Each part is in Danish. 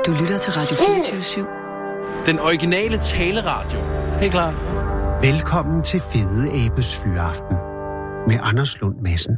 Du lytter til Radio 24/7. Den originale taleradio. Helt klar. Velkommen til Fede Abes Fyraften med Anders Lund Madsen.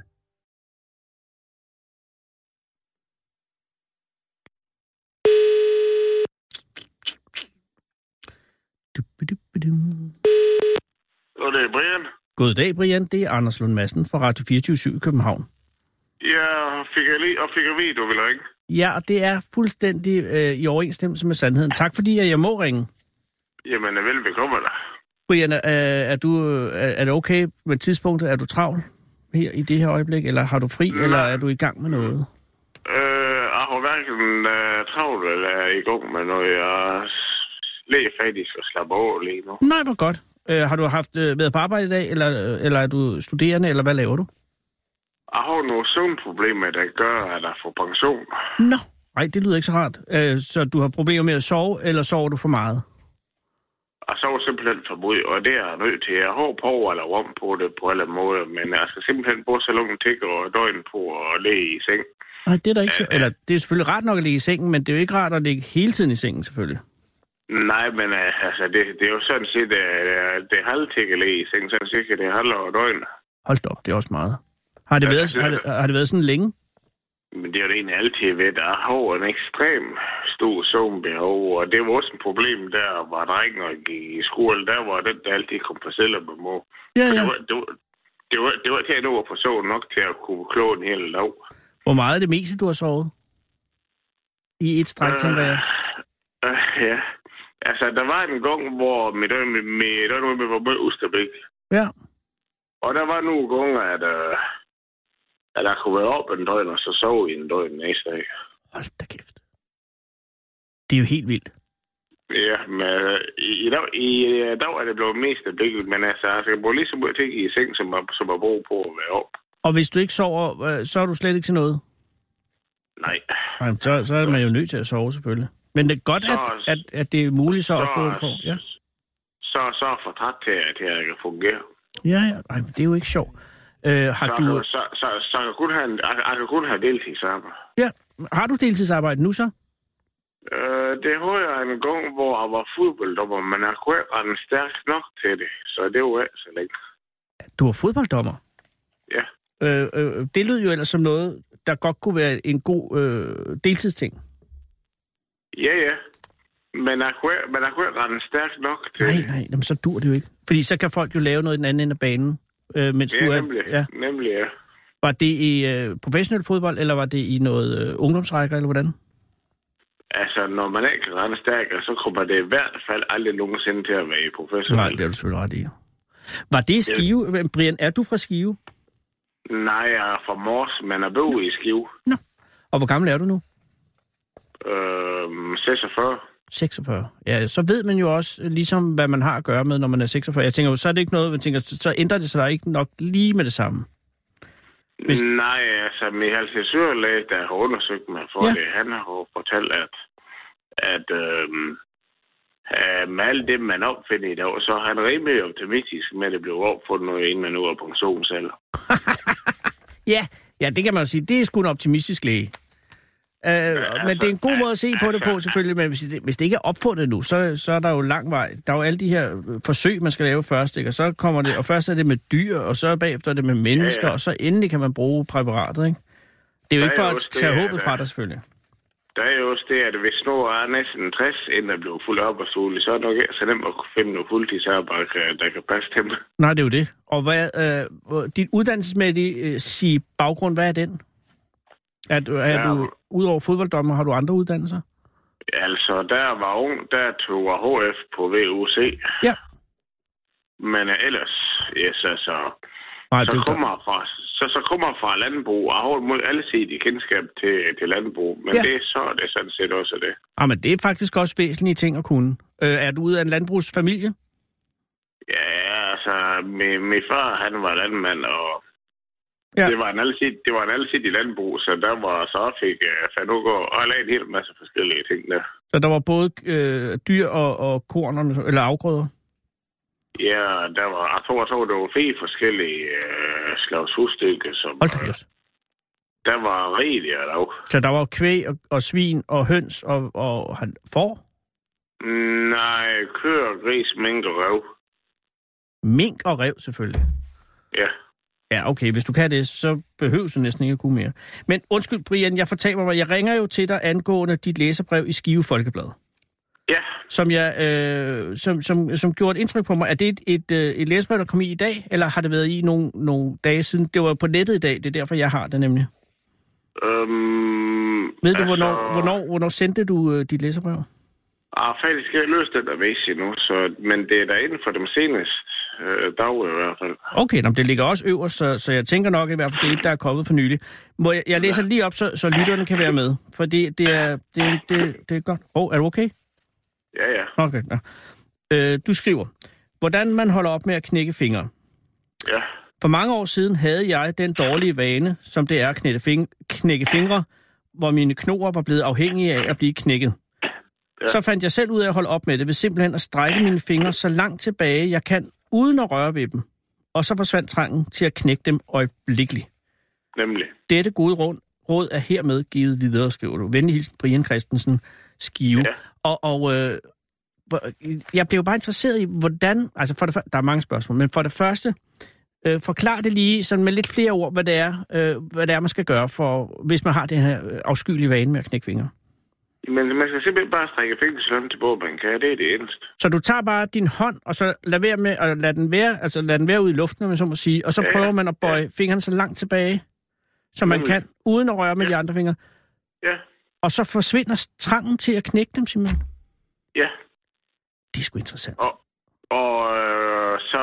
Og det er Brian. Goddag, Brian. Det er Anders Lund Madsen fra Radio 24/7 i København. Ja, fik jeg vide, du vil ringe. Ja, og det er fuldstændig i overensstemmelse med sandheden. Tak fordi jeg må ringe. Jamen, velbekomme dig. Brian, er det okay med tidspunktet? Er du travl her i det her øjeblik, eller har du fri, eller er du i gang med noget? Jeg har hverken travlt eller er i gang med noget. Jeg læger faktisk og slapper over lige nu. Nej, hvor godt. Har du været på arbejde i dag, eller er du studerende, eller hvad laver du? Jeg har nogle søvnproblemer, der gør, at jeg får pension. Nå, nej, det lyder ikke så rart. Så du har problemer med at sove, eller sover du for meget? Jeg sover simpelthen for meget, og det er jeg nødt til. Jeg har på eller om på det på alle måder, men jeg skal simpelthen bruge så langt tigger og døgn på at ligge i seng. Nej, det er da ikke så... Eller, det er selvfølgelig rart nok at ligge i sengen, men det er jo ikke rart at ligge hele tiden i sengen, selvfølgelig. Nej, men altså, det er jo sådan set, det er halvtigger ligge i sengen, sådan cirka det er halvår døgn. Hold da op, det er også meget. Har det været sådan længe? Men det er jo det egentlig altid ved, at jeg har en ekstrem stor søvnbehov, og det var også et problem der, hvor drengene gik i skole, der var den, der altid kom på selv med mor. Ja. Det var til at nå at få sovet nok til at kunne klå en hel dag. Hvor meget er det meste, du har sovet? I et stræk, tænker jeg. Ja. Altså, der var en gang, hvor mit øje var meget ustabil. Ja. Og der var nogle gange, at der kunne være op en døgn, og så sove i en døgn næste dag. Hold da kæft. Det er jo helt vildt. Ja, men i dag er det blevet mest stabilt, men altså, jeg skal bruge lige så meget ting i seng, som jeg bruger på at være op. Og hvis du ikke sover, så er du slet ikke til noget? Nej. Nej, så er man jo nødt til at sove, selvfølgelig. Men det er godt, at det er muligt så at få en form. Ja. Så for træt til, at jeg kan fungere. Ja. Ej, men det er jo ikke sjovt. Så jeg kan kun have deltidsarbejde. Ja. Har du deltidsarbejde nu så? Det har jeg en gang, hvor jeg var fodbolddommer, men jeg kunne ikke rende stærkt nok til det, så det var ikke så længe. Du var fodbolddommer? Ja. Det lød jo ellers som noget, der godt kunne være en god deltidsting. Ja. Men jeg kunne ikke rende stærkt nok til det. Nej, jamen, så dur det jo ikke. Fordi så kan folk jo lave noget i den anden ende af banen. Mens du er, nemlig, ja. Var det i professionel fodbold, eller var det i noget ungdomsrækker, eller hvordan? Altså, når man ikke kan rende stærkere, så kommer det i hvert fald aldrig nogensinde til at være i professionel. Nej, det er du selvfølgelig ret i. Var det i Skive? Brian, er du fra Skive? Nej, jeg er fra Mors, men jeg bor i Skive. Nå. Og hvor gammel er du nu? 46. 46. Ja, så ved man jo også ligesom, hvad man har at gøre med, når man er 46. Jeg tænker jo, så er det ikke noget, man tænker, så ændrer det sig der ikke nok lige med det samme. Nej, altså, min halvtidsørlæge, der har undersøgt mig for det, han har fortalt, at med alt det, man opfinder i dag, så er han rimelig optimistisk med, at det bliver opfundet noget, inden man nu er pensionsalder. Ja, det kan man jo sige. Det er sgu en optimistisk læge. Men det er en god måde at se på det på, selvfølgelig. Men hvis det ikke er opfundet nu, så er der jo lang vej. Der er jo alle de her forsøg, man skal lave først, ikke? Og så kommer det, og først er det med dyr, og så bagefter er det med mennesker, og så endelig kan man bruge præparatet, ikke? Det er jo ikke for at tage håbet fra dig, selvfølgelig. Der er jo også det, at hvis nu er næsten 60, inden der bliver fuldt op og stående, så er det nok ikke så nemt at finde noget fuldtidsarbejde, der kan passe til mig. Nej, det er jo det. Og dit uddannelsesmæssige baggrund, hvad er den? Er du udover fodbolddommer, har du andre uddannelser? Altså, der var ung, der tog jeg HF på VUC. Ja. Men ellers, så kommer jeg fra landbrug. Jeg har altid i kendskab til landbrug, men det er det sådan set også det. Ja, men det er faktisk også væsentlige ting at kunne. Er du ude af en landbrugsfamilie? Ja, altså, min far, han var landmand, og det var en alsidig landbrug, så der var så fik Fanugo og lavede en hel masse forskellige ting der. Så der var både dyr og korn, eller afgrøder? Ja, der var, jeg tror, der var 4 forskellige slags husstykker, som... Hold da kæft. Der var rigeligt af rav. Så der var kvæg og svin og høns og får? Nej, køer, gris, mink og ræv. Mink og ræv, selvfølgelig. Ja. Ja, okay. Hvis du kan det, så behøver du næsten ikke at kunne mere. Men undskyld, Brian, jeg fortaber mig. Jeg ringer jo til dig angående dit læserbrev i Skive Folkeblad. Ja. Som gjorde et indtryk på mig. Er det et læserbrev, der kom i dag, eller har det været i nogle dage siden? Det var på nettet i dag, det er derfor, jeg har det nemlig. Ved du, hvornår sendte du dit læserbrev? Faktisk har jeg løst den der væs endnu, men det er der inden for dem seneste dage i hvert fald. Okay, det ligger også øverst, så jeg tænker nok i hvert fald, det er der er kommet for nylig. Jeg læser lige op, så lytterne kan være med, for det er godt. Er du okay? Ja. Okay, ja. Du skriver, hvordan man holder op med at knække fingre. Ja. For mange år siden havde jeg den dårlige vane, som det er at knække fingre, hvor mine knoer var blevet afhængige af at blive knækket. Ja. Så fandt jeg selv ud af at holde op med det ved simpelthen at strække mine fingre så langt tilbage, jeg kan, uden at røre ved dem. Og så forsvandt trangen til at knække dem øjeblikkeligt. Nemlig. Dette gode råd er hermed givet videre, skriver du. Venlig hilsen, Brian Christensen, Skive. Ja. Og jeg blev bare interesseret i, hvordan... Altså, der er mange spørgsmål, men for det første, forklar det lige sådan med lidt flere ord, hvad det er, man skal gøre, hvis man har den her afskyelige vane med at knække fingre. Men man skal simpelthen bare strække fingre så langt tilbage, man kan. Det er det eneste. Så du tager bare din hånd, og så lad den være ude i luften, om man så må sige, og så prøver man at bøje fingrene så langt tilbage, som man kan, uden at røre med de andre fingre. Ja. Og så forsvinder trangen til at knække dem, simpelthen. Ja. Det er sgu interessant. Så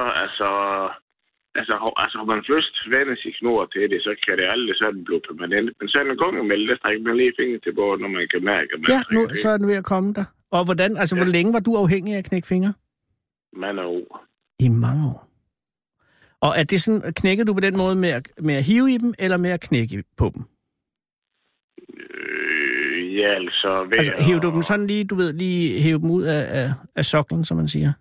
har man først vendt sig knor til det, så kan det aldrig sådan blive permanent. Men så er det en gang imellem, der strækker man lige fingre til bordet, når man kan mærke, at man så er den ved at komme der. Og hvor længe var du afhængig af at knække fingre? Mange år. I mange år. Og er det sådan, knækker du på den måde med at hive i dem, eller med at knække på dem? Hiver du dem sådan lige, hæve dem ud af soklen, som man siger?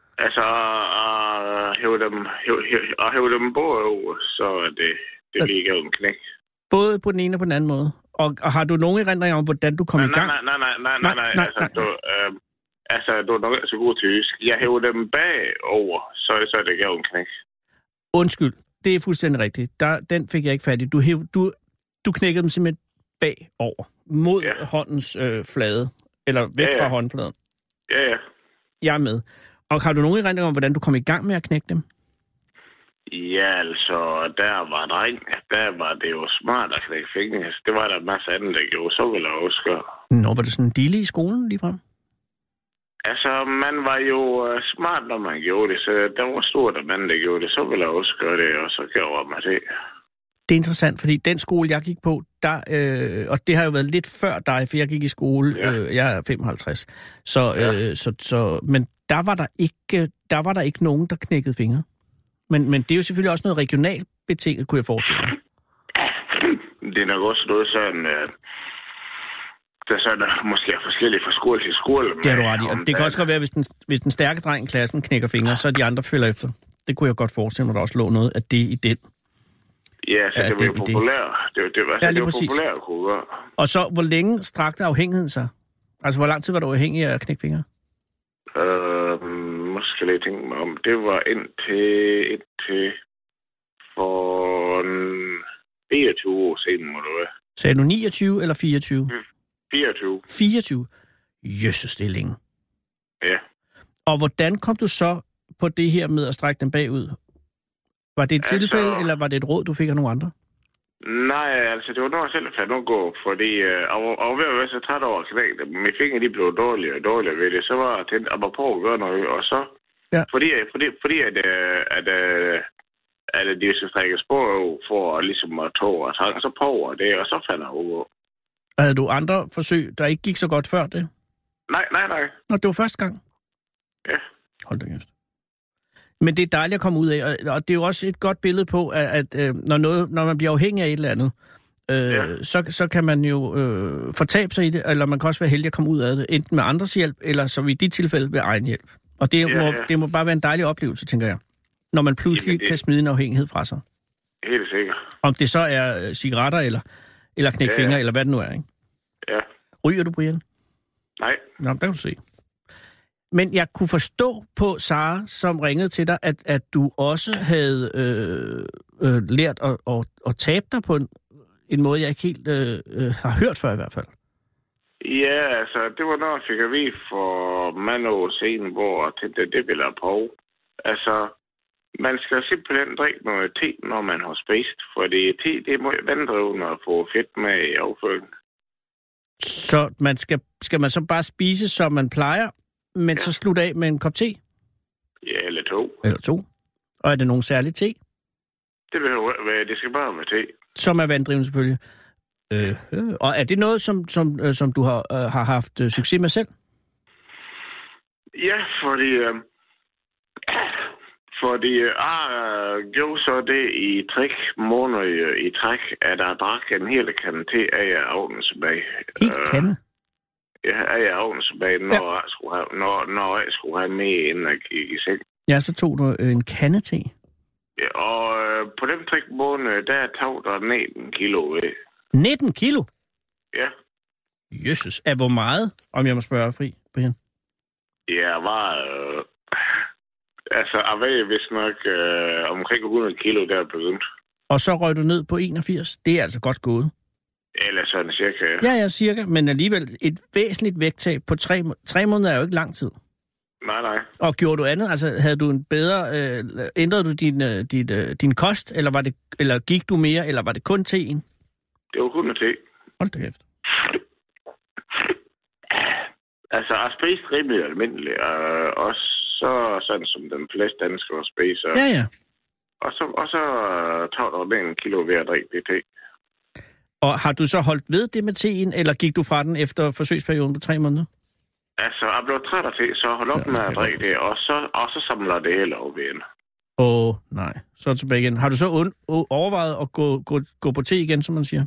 Hæve dem både over, så er det lige en knæk. Både på den ene og på den anden måde? Og har du nogen erindringer om, hvordan du kom i gang? Nej. Du er nok ikke så god til jysk. Jeg hæver dem bagover, så er det gav en knæk. Undskyld, det er fuldstændig rigtigt. Den fik jeg ikke fat i. Du knækkede dem simpelthen bagover, mod håndens flade, eller væk fra håndfladen. Ja. Jeg er med. Og har du nogen erindringer om, hvordan du kom i gang med at knække dem? Ja, der var dreng. Der var det jo smart at knække fingre. Det var der en masse andet, der gjorde. Så ville jeg også gøre. Nå, var det sådan en dille i skolen ligefrem? Man var jo smart, når man gjorde det. Så der var stort, at man der gjorde det. Så ville jeg også gøre det, og så gjorde man det. Det er interessant, fordi den skole, jeg gik på, og det har jo været lidt før dig, for jeg gik i skole, jeg er 55. Men der var der ikke nogen, der knækkede fingre. Men det er jo selvfølgelig også noget regionalt betinget, kunne jeg forestille mig. Det er nok også noget sådan, der sådan måske er forskellige fra skole til skole. Det har du ret i. Og det kan også godt være, hvis den stærke dreng i klassen knækker fingre, så de andre følger efter. Det kunne jeg godt forestille mig, der også lå noget af det i den. Ja, så det var jo populært. Det var populært at kunne gøre. Og så, hvor længe strakte afhængigheden sig? Altså, hvor lang tid var du afhængig af at knække fingre? Måske lige tænke mig om. Det var indtil for 24 år siden, må det være. Sagde du 29 eller 24? 24. 24? Jøsses, det er længe. Ja. Og hvordan kom du så på det her med at strække dem bagud? Var det et tilfælde, eller var det et råd, du fik af nogle andre? Nej, det var noget, jeg selv fandt at gå, fordi og ved at være så træt over at knække dem. Mine fingre, de blev dårligere og dårligere ved det. Så var jeg tænkt, at man prøve at gøre noget, og så... Ja. Fordi at de skal strækkes på for ligesom at tåre og trække, så prøver det, og så fandt jeg over. Havde du andre forsøg, der ikke gik så godt før det? Nej. Nå, det var første gang? Ja. Hold da kæft. Men det er dejligt at komme ud af, og det er jo også et godt billede på, at når man bliver afhængig af et eller andet, så kan man jo fortabe sig i det, eller man kan også være heldig at komme ud af det, enten med andres hjælp, eller som i dit tilfælde ved egen hjælp. Og det må bare være en dejlig oplevelse, tænker jeg, når man pludselig kan smide en afhængighed fra sig. Helt sikkert. Om det så er cigaretter, Eller knække fingre, eller hvad det nu er, ikke? Ja. Ryger du, Brian? Nej. Nå, der kan du se. Men jeg kunne forstå på Sara, som ringede til dig, at du også havde lært at tabe dig på en måde, jeg ikke helt har hørt før i hvert fald. Ja, altså, det var noget, jeg fik at vide for mange år siden, hvor det ville jeg prøve. Altså, man skal simpelthen drikke noget te, når man har spist, fordi te, det er meget vanddrivende at få fedt med i afføringen. Så skal man så bare spise, som man plejer, men så slutte af med en kop te? Ja, eller to. Eller to. Og er det nogen særlig te? Det behøver være, det skal bare være te. Som er vanddrivende selvfølgelig. Og er det noget, som du har haft succes med selv? Ja, fordi jeg gjorde så det i 3 måneder i træk, at jeg drak en hel kande te af aftenspag. Helt kande? Ja, af aftenspag, når jeg skulle have med, inden jeg gik i seng. Ja, så tog du en kande te? Ja, og på den 3 måneder, der tog der 19 kilo ved. 19 kilo? Ja. Jesus. Hvor meget, om jeg må spørge fri, Brian? Ja, jeg var... jeg var vist nok omkring 100 kilo, der begyndt. Og så røg du ned på 81? Det er altså godt gået. Eller sådan cirka, ja. Ja, cirka. Men alligevel et væsentligt vægttab på 3 måneder er jo ikke lang tid. Nej. Og gjorde du andet? Altså, havde du en bedre... ændrede du din kost, eller gik du mere, eller var det kun teen? Det var kun te. Hold da kæft. Altså, jeg spiste rimelig almindeligt, også sådan som den fleste danskere spiser. Ja. Og så tog der 1 kilo ved at drikke det te. Og har du så holdt ved det med teen, eller gik du fra den efter forsøgsperioden på 3 måneder? Altså, jeg blev træt af te, så hold op med at drikke det, og så samler det hele over igen. Nej. Så tilbage igen. Har du så overvejet at gå på te igen, som man siger?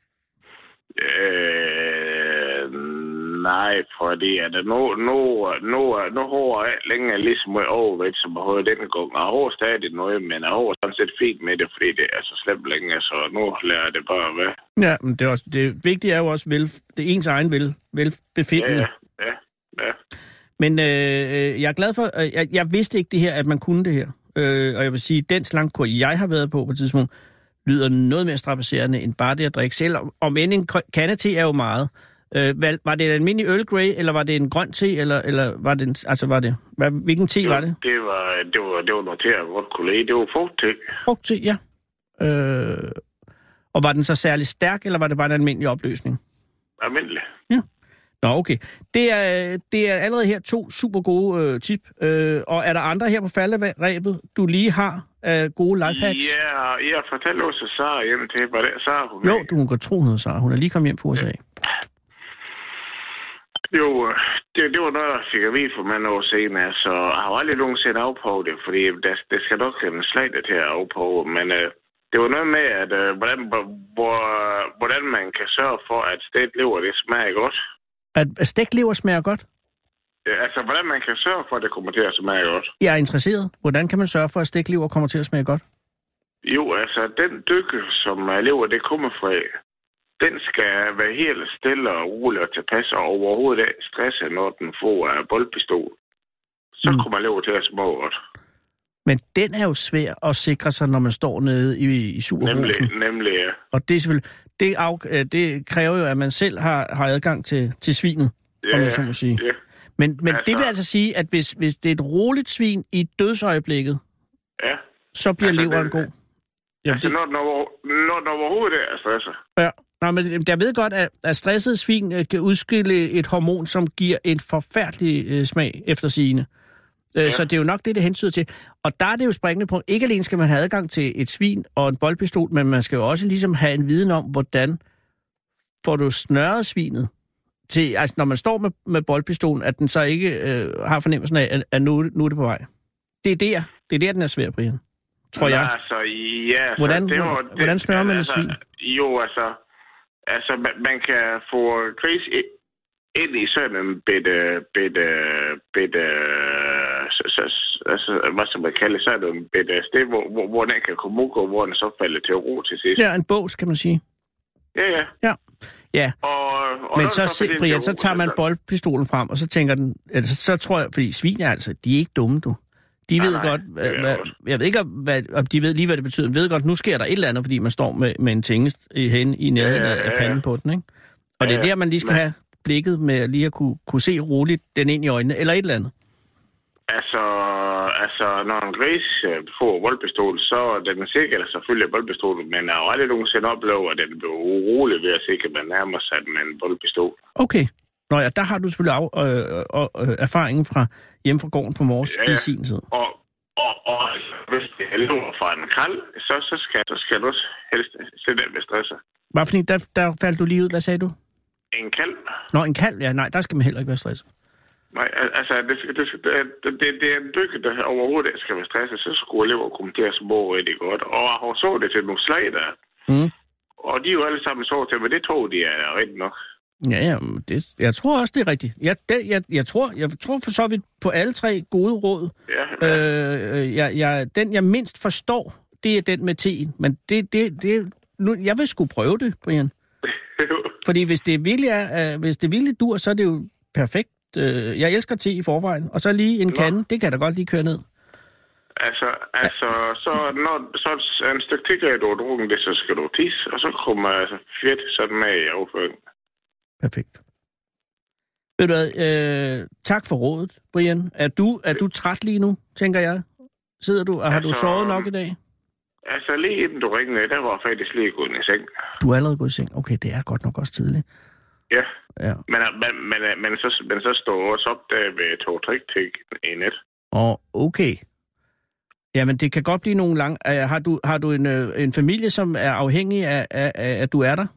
Nej, fordi at nu har jeg længere ligesom overvægt, som jeg havde denne gang. Jeg har stadig noget, men jeg har sådan set fint med det, fordi det er så slemt længe, så nu lærer det bare at være. Ja, men det vigtige er jo også det ens egen velbefindende. Ja. Men jeg er glad for, jeg vidste ikke det her, at man kunne det her. Og jeg vil sige, den slankkur, jeg har været på et tidspunkt, lyder noget mere strapasserende end bare det at drikke selv. Om end en kande-te er jo meget. Var det en almindelig Earl Grey, eller var det en grøn te, eller var det hvilken te var det? Det var noget te, jeg godt kunne lide. Det var frugtte. Frugtte, ja. Og var den så særlig stærk, eller var det bare en almindelig opløsning? Almindelig. Ja. Nå, okay. Det er allerede her 2 super gode tip. Og er der andre her på falderæbet, du lige har gode lifehacks? Ja, jeg fortalte også Sara hjem til, hvad det Sara hun Jo, du må godt tro, hun hedder Sara. Hun er lige kommet hjem fra USA. Jo, det var noget, jeg fik at vide for mange år siden. Altså, jeg har aldrig nogensinde afprøvet det, fordi det skal nok en slægte til at afprøve. Men det var noget med, at hvordan man kan sørge for, at stegt lever, det smager godt. At stegt lever smager godt? Ja, altså, hvordan man kan sørge for, at det kommer til at smage godt. Jeg er interesseret. Hvordan kan man sørge for, at stegt lever kommer til at smage godt? Jo, altså, den dykke, som lever, det kommer fra, den skal være helt stille og rolig og tilpasse, og overhovedet ikke stresse, når den får boldpistol. Så kommer lever til at smage godt. Men den er jo svær at sikre sig, når man står nede i superbrusen. Nemlig, ja. Og det er selvfølgelig... Det kræver jo, at man selv har adgang til svinet, om jeg så må sige. Ja. Men altså, det vil altså sige, at hvis det er et roligt svin i dødsøjeblikket, så bliver leveren god. Jamen, altså, når den overhovedet er stresset. Ja. Nå, men jeg ved godt, at stressede svin kan udskille et hormon, som giver en forfærdelig smag efter sigende. Så det er jo nok det hentyder til. Og der er det jo springende på, ikke alene skal man have adgang til et svin og en boldpistol, men man skal jo også ligesom have en viden om, hvordan får du snørret svinet til, altså når man står med boldpistolen, at den så ikke har fornemmelsen af, at nu er det på vej. Det er der, den er svær, Brian. Tror jeg. Altså, ja. Altså, hvordan snører man et svin? Jo, altså man kan få gris ind i sådan en bitte, altså, hvad skal man kalde sådan en bitte sted, hvor den kan komme ud, og hvor den så falder til ro til sidst. Ja, en bås, kan man sige. Ja. Men Brian, så tager man boldpistolen frem, og så tænker den... Så tror jeg, fordi svin er altså, de er ikke dumme, du. De ved godt, jeg ved ikke, om de ved lige, hvad det betyder. De ved godt, nu sker der et eller andet, fordi man står med en tingest hen i nærheden af panden på den, ikke? Og det er der, man lige skal have blikket med lige at kunne se roligt den ind i øjnene, eller et eller andet. Altså, når en gris får boldpistol, så er den sikker selvfølgelig boldpistolen, men jeg har aldrig nogensinde oplevet, at den bliver urolig ved at se, at man nærmer sig med en boldpistol. Okay. Nå ja, der har du selvfølgelig erfaringen fra hjemme fra gården på Mors i sin tid. Og hvis det er lort fra en kald, så skal du også helst sætte den med stresser. Hvad for en? Der faldt du lige ud. Hvad sagde du? En kald. Nå, en kald? Ja, nej, der skal man heller ikke være stresset. Nej, altså, det er en dykke, der overhovedet ikke skal være stresset, så skulle elever komme til at små rigtig godt. Og jeg har så det til nogle slag der. Og de er jo alle sammen så til, men det tror de er rigtigt nok. Ja, jeg tror også, det er rigtigt. Jeg tror for så vidt på alle tre gode råd. Den, jeg mindst forstår, det er den med teen. Men jeg vil sgu prøve det, Brian. Fordi hvis det virkelig dur, så er det jo perfekt. Jeg elsker te i forvejen. Og så lige en kande, det kan jeg da godt lige køre ned. Så når en stykke te, du har drukket det, så skal du tisse, og så kommer fedt sådan med i afføringen. Perfekt. Ved du hvad, tak for rådet, Brian. Er du træt lige nu, tænker jeg? Sidder du, og har du sovet nok i dag? Altså, lige inden du ringede, der var faktisk lige gået i seng. Du er allerede gået i seng? Okay, det er godt nok også tidligt. Ja. Men så står også op der ved tog-trik-tik i net. Okay. Jamen, det kan godt blive nogle lange... Har du en familie, som er afhængig af, at du er der?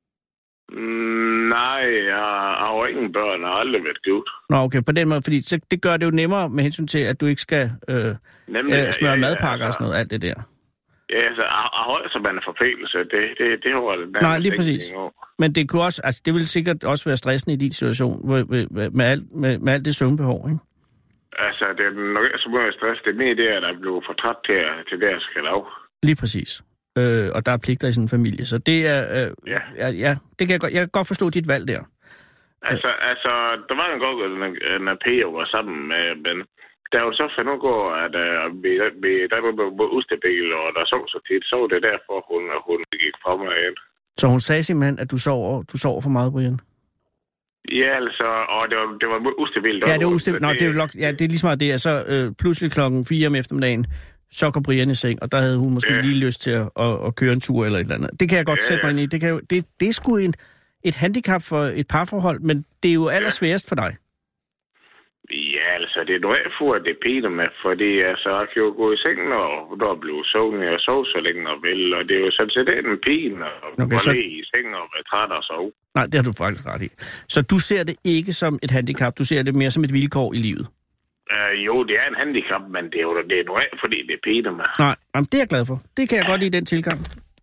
Nej, jeg har ingen børn, jeg har aldrig været gift. Nå, okay, på den måde, fordi det gør det jo nemmere med hensyn til, at du ikke skal smøre madpakker og sådan noget, alt det der. Ja, altså, jeg holder sig med en forpligtelse, det holder det. Nej, lige præcis. Men det kunne også, altså, det vil sikkert også være stressende i din situation, med alt det søvnbehov, ikke? Altså, det er nok ikke så meget stress, det er mere det, at der bliver for træt til det, jeg skal lave. Lige præcis. Og der er pligter i sådan en familie, så det er... det kan jeg kan godt forstå dit valg der. Altså, der var en gang, en P.O. var sammen med... Men der var så for noget, at der var ustebel, og der sov så tit, så det derfor, hun gik fra mig ind. Så hun sagde simpelthen, at du sover for meget, Brian? Ja, altså, og det var ustabilt. Ja, det var ustabilt. Nå, det er lige så meget det, at så pludselig 4:00 om eftermiddagen, så går Brian i seng, og der havde hun måske lige lyst til at køre en tur eller et eller andet. Det kan jeg godt sætte mig ind i. Det er sgu et handicap for et parforhold, men det er jo allersværest for dig. Ja, altså, det er nu ikke for, at det piner med, fordi altså, jeg kan jo gå i sengen, og der er blevet sovende og sove så længe og vel, og det er jo sådan set en pine, og gå lige i sengen og være træt og sove. Nej, det har du faktisk ret i. Så du ser det ikke som et handicap, du ser det mere som et vilkår i livet? Jo, det er en handicap, men det er jo ikke, fordi det piner med. Nej, jamen, det er jeg glad for. Det kan jeg godt lide, den tilgang.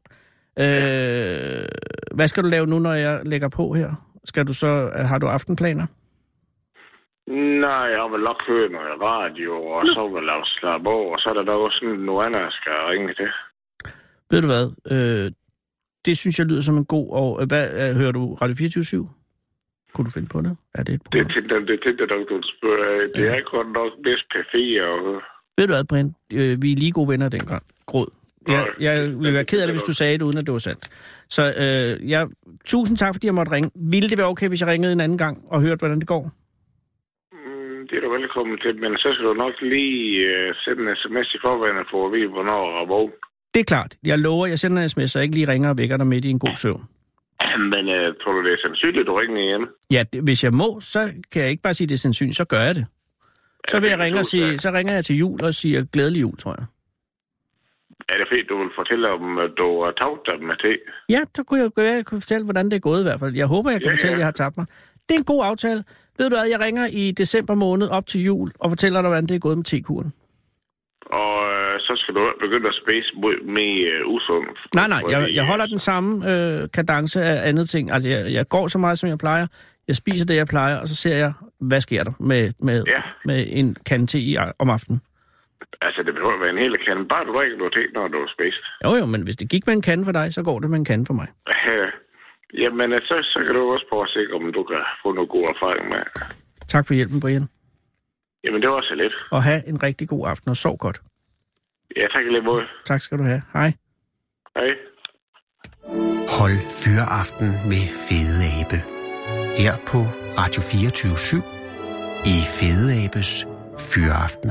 Hvad skal du lave nu, når jeg lægger på her? Har du aftenplaner? Nej, jeg vil nok høre noget radio, og så vil jeg slappe over, og så er der også sådan noget andet, jeg skal ringe til. Ved du hvad? Det synes jeg lyder som en god... Og hvad hører du Radio 24/7? Kunne du finde på det? Er det et program? Det tænkte jeg, du spørger. Det er godt nok bedst café og... Ved du hvad, Brian? Vi er lige gode venner dengang. Gråd. Jeg ville være ked af det, hvis du sagde det, uden at det var sandt. Så tusind tak, fordi jeg måtte ringe. Ville det være okay, hvis jeg ringede en anden gang og hørte, hvordan det går? Det er du velkommen til, men så skal du nok lige sende en sms i forvejen for at vide, hvornår jeg er vågen. Det er klart. Jeg lover, jeg sender en sms, så jeg ikke lige ringer og vækker dig midt i en god søvn. Men tror du, det er sandsynligt, at du ringer igen? Ja, hvis jeg må, så kan jeg ikke bare sige, at det er sandsynligt, så gør jeg det. Så vil jeg ringe og sige, så ringer jeg til jul og siger glædelig jul, tror jeg. Er det fordi, du vil fortælle om, at du har tabt dig med te? Ja, så kunne jeg fortælle, hvordan det er gået i hvert fald. Jeg håber, jeg kan fortælle, at jeg har tabt mig. Det er en god aftale. Ved du hvad, jeg ringer i december måned op til jul og fortæller dig, hvordan det er gået med tekuren. Og så skal du begynde at spise med usund. Nej, jeg holder den samme kadence af andet ting. Altså, jeg går så meget, som jeg plejer. Jeg spiser det, jeg plejer, og så ser jeg, hvad sker der med en kande te om aftenen. Altså, det behøver at være en hel kande. Bare du drikker noget te, når du har spist. Jo, men hvis det gik med en kande for dig, så går det med en kande for mig. Jamen, så kan du også prøve at se, om du kan få noget god erfaring med. Tak for hjælpen, Brian. Jamen, det var så lidt. Og have en rigtig god aften, og sov godt. Ja, tak lige måde. Tak skal du have. Hej. Hej. Hold Fyraften med Fede Abe. Her på Radio 24/7 i Fede Abes Fyraften.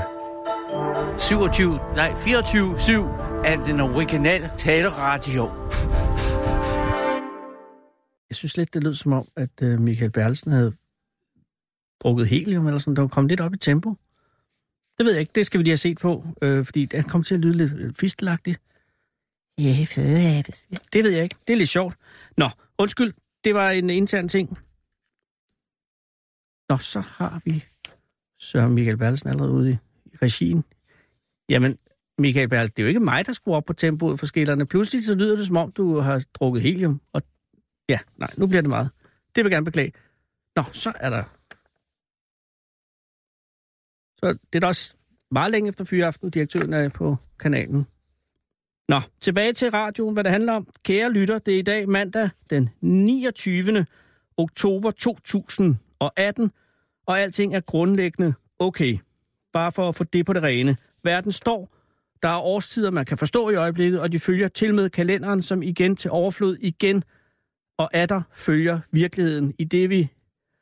24/7 er den originale taleradio. Jeg synes lidt, det lød som om, at Michael Bertelsen havde drukket helium eller sådan. Der var kommet lidt op i tempo. Det ved jeg ikke. Det skal vi lige have set på, fordi det kom til at lyde lidt fistelagtigt. Ja, Fede Abe. Det ved jeg ikke. Det er lidt sjovt. Nå, undskyld. Det var en intern ting. Nå, så har vi Søren Michael Bertelsen allerede ude i regien. Jamen, Michael Bertelsen, det er jo ikke mig, der skruer op på tempoet for skillerne. Pludselig så lyder det, som om du har drukket helium. Og ja, nej, nu bliver det meget. Det vil jeg gerne beklage. Nå, så er der... Så det er da også meget længe efter Fyraften, direktøren er på kanalen. Nå, tilbage til radioen, hvad det handler om. Kære lytter, det er i dag mandag den 29. oktober 2018, og alting er grundlæggende okay. Bare for at få det på det rene. Verden står, der er årstider, man kan forstå i øjeblikket, og de følger til med kalenderen, som igen til overflod igen og atter følger virkeligheden i det, vi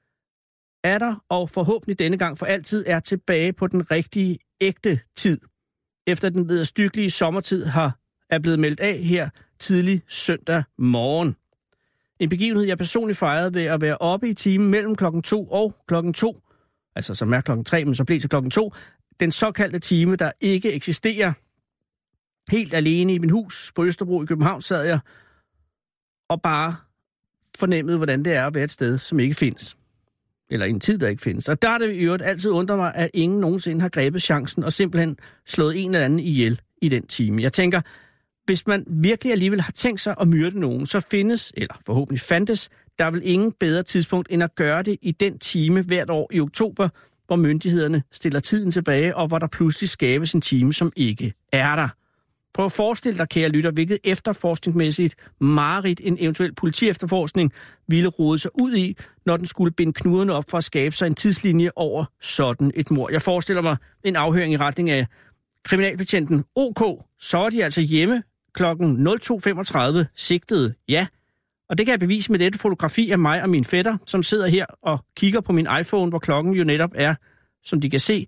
atter og forhåbentlig denne gang for altid er tilbage på den rigtige, ægte tid. Efter den vederstyggelige sommertid er blevet meldt af her tidlig søndag morgen. En begivenhed, jeg personligt fejrede ved at være oppe i timen mellem klokken 2 og klokken 2, altså som er klokken 3, men så blev til klokken 2, den såkaldte time, der ikke eksisterer. Helt alene i min hus på Østerbro i København sad jeg og bare fornemmede, hvordan det er at være et sted, som ikke findes. Eller en tid, der ikke findes. Og der er det i øvrigt altid undret mig, at ingen nogensinde har grebet chancen og simpelthen slået en eller anden ihjel i den time. Jeg tænker, hvis man virkelig alligevel har tænkt sig at myrde nogen, så findes, eller forhåbentlig fandtes, der er vel ingen bedre tidspunkt end at gøre det i den time hvert år i oktober, hvor myndighederne stiller tiden tilbage, og hvor der pludselig skabes en time, som ikke er der. Prøv at forestille dig, kære lytter, hvilket efterforskningsmæssigt mareridt en eventuel politiefterforskning ville rode sig ud i, når den skulle binde knuderne op for at skabe sig en tidslinje over sådan et mord. Jeg forestiller mig en afhøring i retning af kriminalbetjenten OK. Så er de altså hjemme klokken 02.35 sigtede, ja. Og det kan jeg bevise med dette fotografi af mig og min fætter, som sidder her og kigger på min iPhone, hvor klokken jo netop er, som de kan se,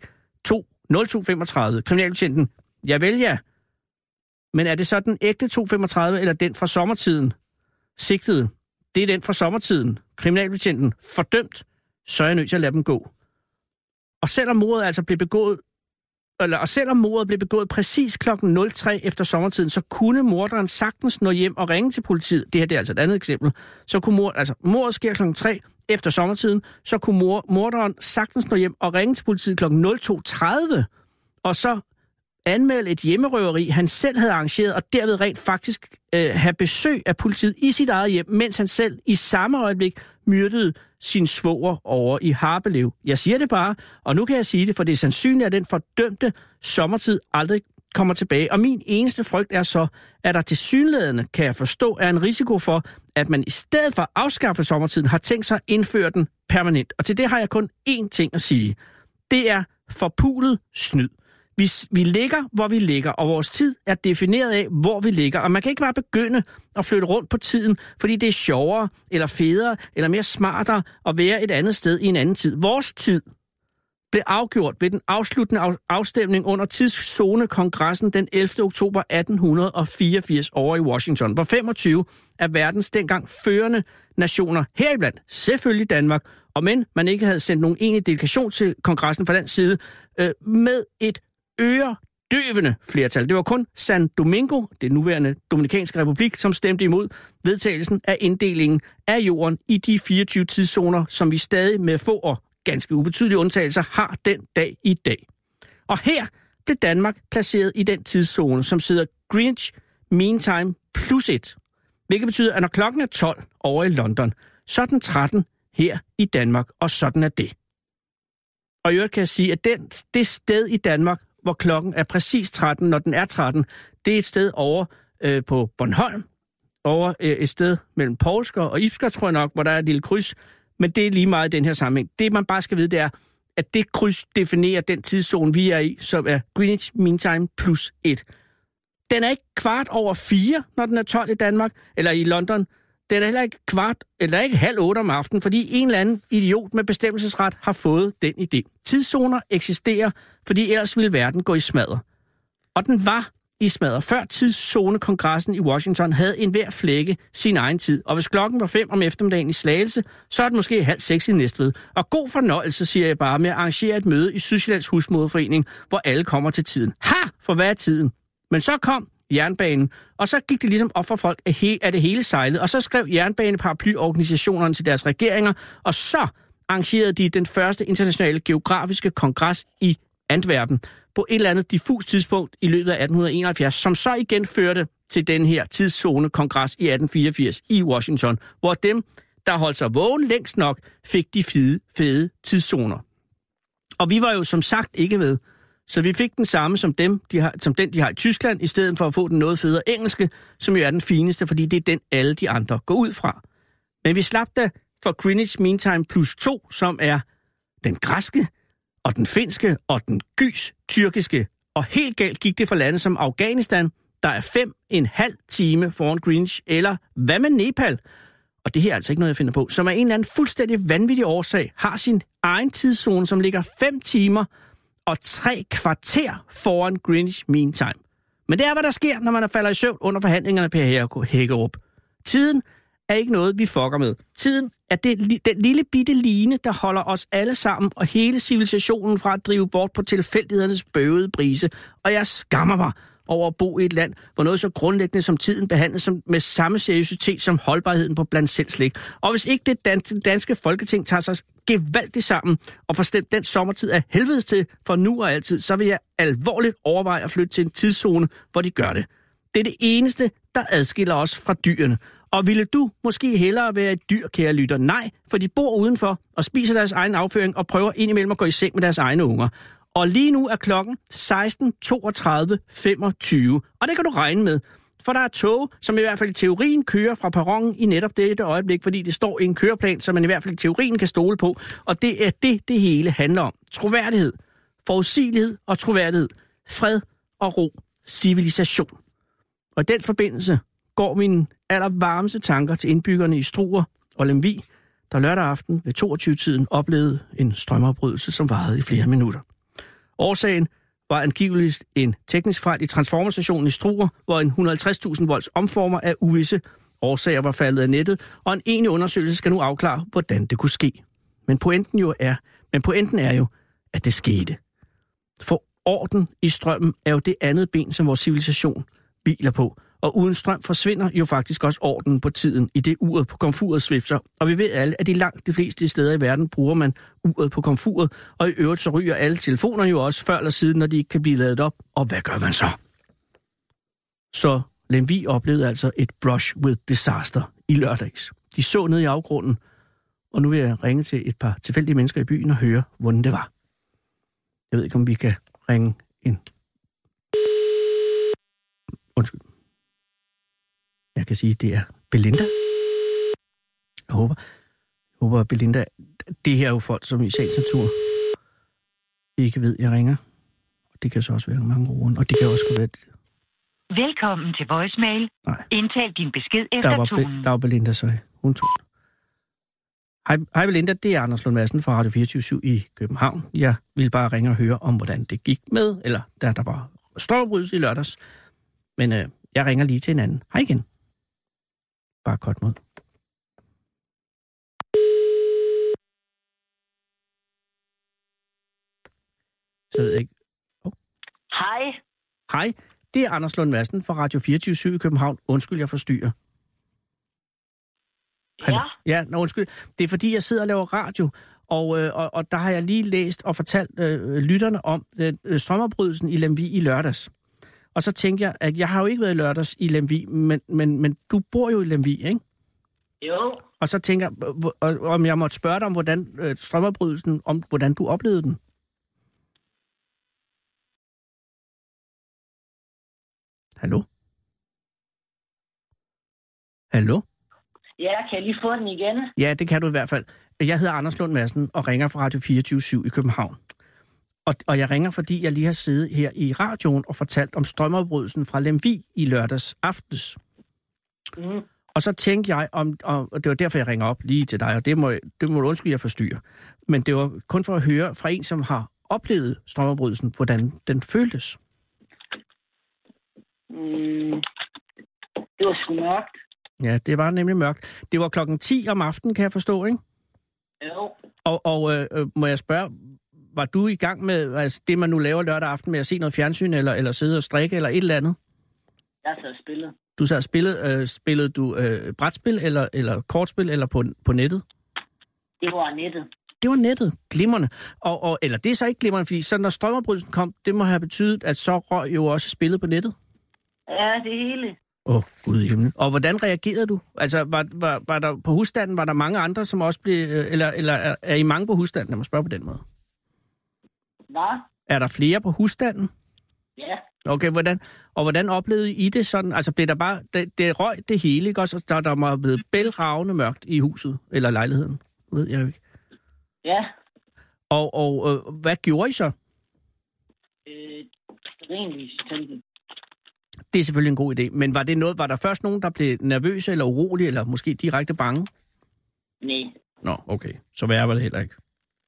02.35. Kriminalbetjenten, jeg vælger. Men er det så den ægte 2.35 eller den fra sommertiden? Sigtede, det er den fra sommertiden. Kriminalbetjenten, fordømt, så er jeg nødt til at lade dem gå. Og selvom mordet altså blev begået, præcis klokken 03 efter sommertiden, så kunne morderen sagtens nå hjem og ringe til politiet. Det her det er altså et andet eksempel. Så kunne mordet sker klokken 3 efter sommertiden, så kunne morderen sagtens nå hjem og ringe til politiet klokken 02.30, og så anmelde et hjemmerøveri, han selv havde arrangeret, og derved rent faktisk have besøg af politiet i sit eget hjem, mens han selv i samme øjeblik myrdede sin svoger over i Harpelev. Jeg siger det bare, og nu kan jeg sige det, for det er sandsynligt, at den fordømte sommertid aldrig kommer tilbage. Og min eneste frygt er så, at der tilsyneladende, kan jeg forstå, er en risiko for, at man i stedet for at afskaffe sommertiden, har tænkt sig at indføre den permanent. Og til det har jeg kun én ting at sige. Det er forpulet snyd. Vi ligger, hvor vi ligger, og vores tid er defineret af, hvor vi ligger. Og man kan ikke bare begynde at flytte rundt på tiden, fordi det er sjovere, eller federe, eller mere smartere at være et andet sted i en anden tid. Vores tid blev afgjort ved den afsluttende afstemning under tidszonekongressen den 11. oktober 1884 over i Washington, hvor 25 af verdens dengang førende nationer, heriblandt selvfølgelig Danmark, og men man ikke havde sendt nogen enig delegation til kongressen fra den side, med et øredøvende flertal. Det var kun San Domingo, det nuværende Dominikanske Republik, som stemte imod vedtagelsen af inddelingen af jorden i de 24 tidszoner, som vi stadig med få og ganske ubetydelige undtagelser har den dag i dag. Og her blev Danmark placeret i den tidszone, som sidder Greenwich Mean Time plus 1, hvilket betyder, at når klokken er 12 over i London, så er den 13 her i Danmark, og sådan er det. Og i øvrigt kan jeg sige, at det sted i Danmark, hvor klokken er præcis 13, når den er 13, det er et sted over på Bornholm, over et sted mellem Poulsker og Ibsker, tror jeg nok, hvor der er et lille kryds. Men det er lige meget i den her sammenhæng. Det, man bare skal vide, det er, at det kryds definerer den tidszone, vi er i, som er Greenwich Mean Time plus 1. Den er ikke 4:15, når den er 12 i Danmark, eller i London. Den er heller ikke 7:15 om aftenen, fordi en eller anden idiot med bestemmelsesret har fået den idé. Tidszoner eksisterer, fordi ellers ville verden gå i smadder. Og den var i smadder. Før tidszonekongressen i Washington havde enhver flække sin egen tid. Og hvis klokken var 5 om eftermiddagen i Slagelse, så er det måske 5:30 i Næstved. Og god fornøjelse, siger jeg bare, med at arrangere et møde i Sydsjællands Husmoderforening, hvor alle kommer til tiden. Ha! For hvad er tiden? Men så kom jernbanen, og så gik det ligesom op for folk, at det hele sejlede. Og så skrev jernbaneparaplyorganisationerne til deres regeringer, og så arrangerede de den første internationale geografiske kongres i Antwerpen på et eller andet diffus tidspunkt i løbet af 1871, som så igen førte til den her tidszonekongres i 1884 i Washington, hvor dem, der holdt sig vågen længst nok, fik de fede tidszoner. Og vi var jo som sagt ikke med, så vi fik den samme som den, de har i Tyskland, i stedet for at få den noget federe engelske, som jo er den fineste, fordi det er den, alle de andre går ud fra. Men vi slap da for Greenwich Mean Time plus 2, som er den græske, og den finske, og den tyrkiske. Og helt galt gik det for lande som Afghanistan, der er 5,5 time foran Greenwich, eller hvad med Nepal? Og det her er altså ikke noget, jeg finder på, som er en eller anden fuldstændig vanvittig årsag, har sin egen tidszone, som ligger 5 timer og 3 kvarter foran Greenwich Mean Time. Men det er, hvad der sker, når man falder i søvn under forhandlingerne på Hækkerup. Tiden er ikke noget, vi fucker med. Tiden er den lille bitte line, der holder os alle sammen og hele civilisationen fra at drive bort på tilfældighedernes bøvede brise. Og jeg skammer mig over at bo i et land, hvor noget så grundlæggende som tiden behandles med samme seriøsitet som holdbarheden på blandt selv slik. Og hvis ikke det danske folketing tager sig gevaldigt sammen og får stemt den sommertid af helvedes til for nu og altid, så vil jeg alvorligt overveje at flytte til en tidszone, hvor de gør det. Det er det eneste, der adskiller os fra dyrene. Og ville du måske hellere være et dyr, kære lytter? Nej, for de bor udenfor og spiser deres egen afføring og prøver indimellem at gå i seng med deres egne unger. Og lige nu er klokken 16:32:25, og det kan du regne med. For der er tog, som i hvert fald i teorien kører fra perronen i netop dette øjeblik, fordi det står i en køreplan, som man i hvert fald i teorien kan stole på. Og det er det hele handler om. Troværdighed, forudsigelighed og troværdighed, fred og ro, civilisation. Og i den forbindelse går mine allervarmeste tanker til indbyggerne i Struer og Lemvig, der lørdag aften ved 22-tiden oplevede en strømafbrydelse, som varede i flere minutter. Årsagen var angiveligt en teknisk fejl i transformerstationen i Struer, hvor en 150.000 volts omformer af uvisse årsager var faldet af nettet, og en egentlig undersøgelse skal nu afklare, hvordan det kunne ske. Men pointen er jo, at det skete. For orden i strømmen er jo det andet ben, som vores civilisation hviler på. Og uden strøm forsvinder jo faktisk også ordenen på tiden, i det uret på komfuret svipser. Og vi ved alle, at langt de fleste steder i verden bruger man uret på komfuret, og i øvrigt så ryger alle telefoner jo også før eller siden, når de ikke kan blive ladet op. Og hvad gør man så? Så Lemvig oplevede altså et brush with disaster i lørdags. De så ned i afgrunden, og nu vil jeg ringe til et par tilfældige mennesker i byen og høre, hvordan det var. Jeg ved ikke, om vi kan ringe en... Undskyld. Jeg kan sige, at det er Belinda. Jeg håber, Belinda... Det her er jo folk, som i sagens natur ikke ved, jeg ringer. Og det kan så også være mange ord. Og det kan også være... Velkommen til voicemail. Nej. Indtal din besked efter tonen. Der var Belinda, så hun tog. Hej Belinda, det er Anders Lund Madsen fra Radio 24/7 i København. Jeg ville bare ringe og høre om, hvordan det gik med, eller der var strømafbrydelse i lørdags. Men jeg ringer lige til en anden. Hej igen. Bare kort mod. Så ved jeg ikke. Oh. Hej. Hej, det er Anders Lund Madsen fra Radio 24/7 i København. Undskyld, jeg forstyrrer. Ja? Ja, undskyld. Det er fordi, jeg sidder og laver radio, og der har jeg lige læst og fortalt lytterne om strømafbrydelsen i Lemvig i lørdags. Og så tænker jeg, at jeg har jo ikke været i lørdags i Lemvig, men du bor jo i Lemvig, ikke? Jo. Og så tænker jeg, om jeg måtte spørge dig om, hvordan strømafbrydelsen, om hvordan du oplevede den. Hallo? Hallo? Ja, kan jeg lige få den igen? Ja, det kan du i hvert fald. Jeg hedder Anders Lund Madsen og ringer fra Radio 24/7 i København. Og jeg ringer, fordi jeg lige har siddet her i radioen og fortalt om strømafbrydelsen fra Lemvig i lørdags aftes. Mm. Og så tænkte jeg, og det var derfor, jeg ringer op lige til dig, og det må du undskylde, jeg forstyrrer. Men det var kun for at høre fra en, som har oplevet strømafbrydelsen, hvordan den føltes. Det var sgu mørkt. Ja, det var nemlig mørkt. Det var 10:00 om aftenen, kan jeg forstå, ikke? Jo. Og må jeg spørge, var du i gang med altså, det, man nu laver lørdag aften med at se noget fjernsyn, eller sidde og strikke, eller et eller andet? Jeg sad og spillede. Du sad og spillede. Spillede du brætspil, eller kortspil, eller på nettet? Det var nettet. Det var nettet. Glimrende. Eller det er så ikke glimrende, fordi så når strømafbrydelsen kom, det må have betydet, at så røg jo også spillet på nettet? Ja, det hele. Gud i himlen. Og hvordan reagerede du? Altså, var der på husstanden, var der mange andre, som også blev... Eller er I mange på husstanden? Jeg må spørge på den måde. Hvad? Er der flere på husstanden? Ja. Okay, hvordan oplevede I det sådan? Altså, blev der bare... Det røg det hele, ikke også? Der må have blevet bælragende mørkt i huset, eller lejligheden. Ved jeg jo ikke. Ja. Og hvad gjorde I så? Renvis tænkte. Det er selvfølgelig en god idé. Men var der først nogen, der blev nervøse eller urolige, eller måske direkte bange? Nej. Nå, okay. Så værre var det heller ikke.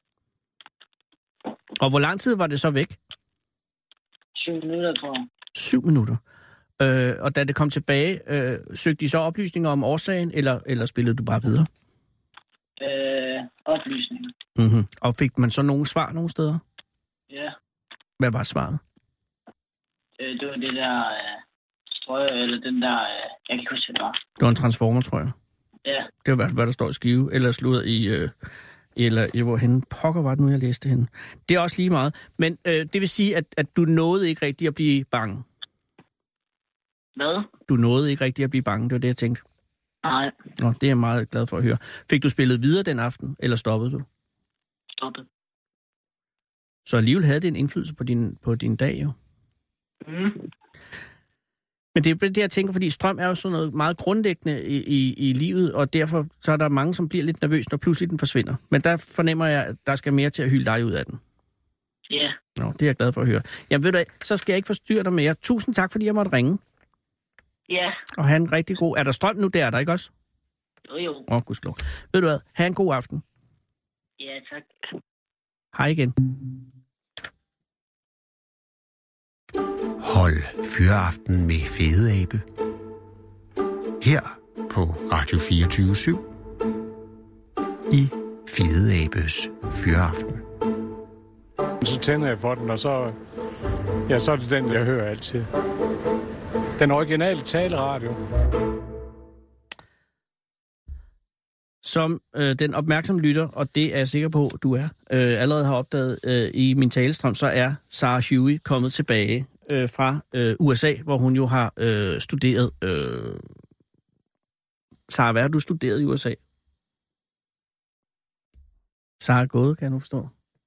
Og hvor lang tid var det så væk? 7 minutter, tror jeg. 7 minutter. Og da det kom tilbage, søgte I så oplysninger om årsagen, eller spillede du bare videre? Oplysninger. Mm-hmm. Og fik man så nogle svar nogle steder? Ja. Hvad var svaret? Det var det der strøg, eller den der... jeg kan ikke huske, hvad det var. Det var en transformer, tror jeg. Ja. Det var i hvert fald, hvad der står i skive, eller slået i... eller hvorhenne pokker var det nu, jeg læste hende. Det er også lige meget. Men det vil sige, at du nåede ikke rigtigt at blive bange. Hvad? Du nåede ikke rigtigt at blive bange, det var det, jeg tænkte. Nej. Nå, det er jeg meget glad for at høre. Fik du spillet videre den aften, eller stoppede du? Stoppet. Så alligevel havde det en indflydelse på din dag, jo? Mm. Men det er det, jeg tænker, fordi strøm er jo sådan noget meget grundlæggende i livet, og derfor så er der mange, som bliver lidt nervøse, når pludselig den forsvinder. Men der fornemmer jeg, at der skal mere til at hylde dig ud af den. Ja. Yeah. Nå, det er jeg glad for at høre. Jamen ved du, så skal jeg ikke forstyrre dig mere. Tusind tak, fordi jeg måtte ringe. Ja. Yeah. Og have en rigtig god... Er der strøm nu? Der er der, ikke også? Jo. Gudslov. Ved du hvad? Ha' en god aften. Ja, tak. Hej igen. Hold Fyraften med Fede Abe. Her på Radio 24/7 i Fede Abes Fyraften. Så tænder jeg for den, og så er det den, jeg hører altid. Den originale taleradio. Som den opmærksomme lytter, og det er jeg sikker på, du er, allerede har opdaget i min talestrøm, så er Sarah Huey kommet tilbage fra USA, hvor hun jo har studeret... Sarah, hvad har du studeret i USA? Sarah er gået, kan jeg nu forstå.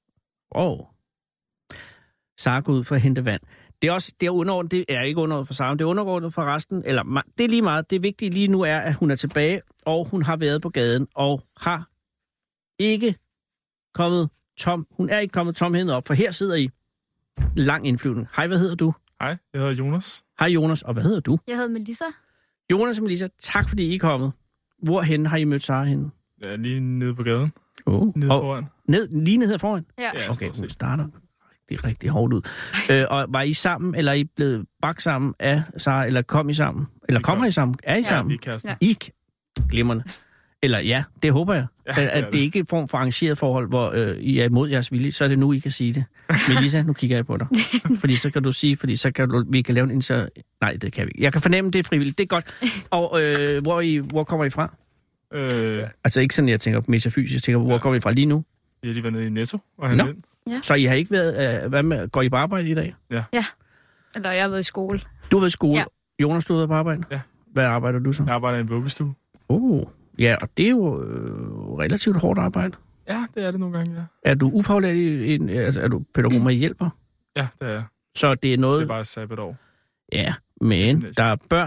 Sarah går ud for at hente vand. Det er også det er underordnet, det er ikke underordnet for Sarah, det er underordnet for resten, eller det er lige meget. Det vigtige lige nu er, at hun er tilbage, og hun har været på gaden, og har ikke kommet tom. Hun er ikke kommet tomhændet op, for her sidder I. Lang indflyvning. Hej, hvad hedder du? Hej, jeg hedder Jonas. Hej Jonas, og hvad hedder du? Jeg hedder Melissa. Jonas og Melissa, tak fordi I er kommet. Hvorhen har I mødt Sarah henne? Jeg er lige nede på gaden. Nede foran. Lige nede foran? Ja. Okay, hun starter rigtig hårdt ud. Og var I sammen, eller er I blevet bagt sammen af Sarah, eller kom I sammen? Eller kommer I sammen? Er I sammen? Vi er kærester. I glimrende. Eller ja, det håber jeg. At det ikke er en form for arrangeret forhold, hvor I er imod jeres vilje, så er det nu, I kan sige det. Melissa, nu kigger jeg på dig. Fordi så kan du sige, vi kan lave en nej, det kan vi ikke. Jeg kan fornemme, det er frivilligt. Det er godt. Og hvor kommer I fra? Altså ikke sådan, jeg tænker metafysisk. Jeg tænker, hvor kommer I fra lige nu? Vi har lige været nede i Netto og handlet ind. Ja. Så I har ikke været... går I på arbejde i dag? Ja. Eller jeg har været i skole. Du har været i skole? Ja. Jonas, du har været på arbejde? Ja. Hvad arbejder du så? Jeg arbejder i en vuggestue. Ja, og det er jo relativt hårdt arbejde. Ja, det er det nogle gange, ja. Er du ufaglært altså er du pædagog med hjælper? Ja, det er jeg. Så det er noget... Det er bare sabbatår. Ja, men der er børn,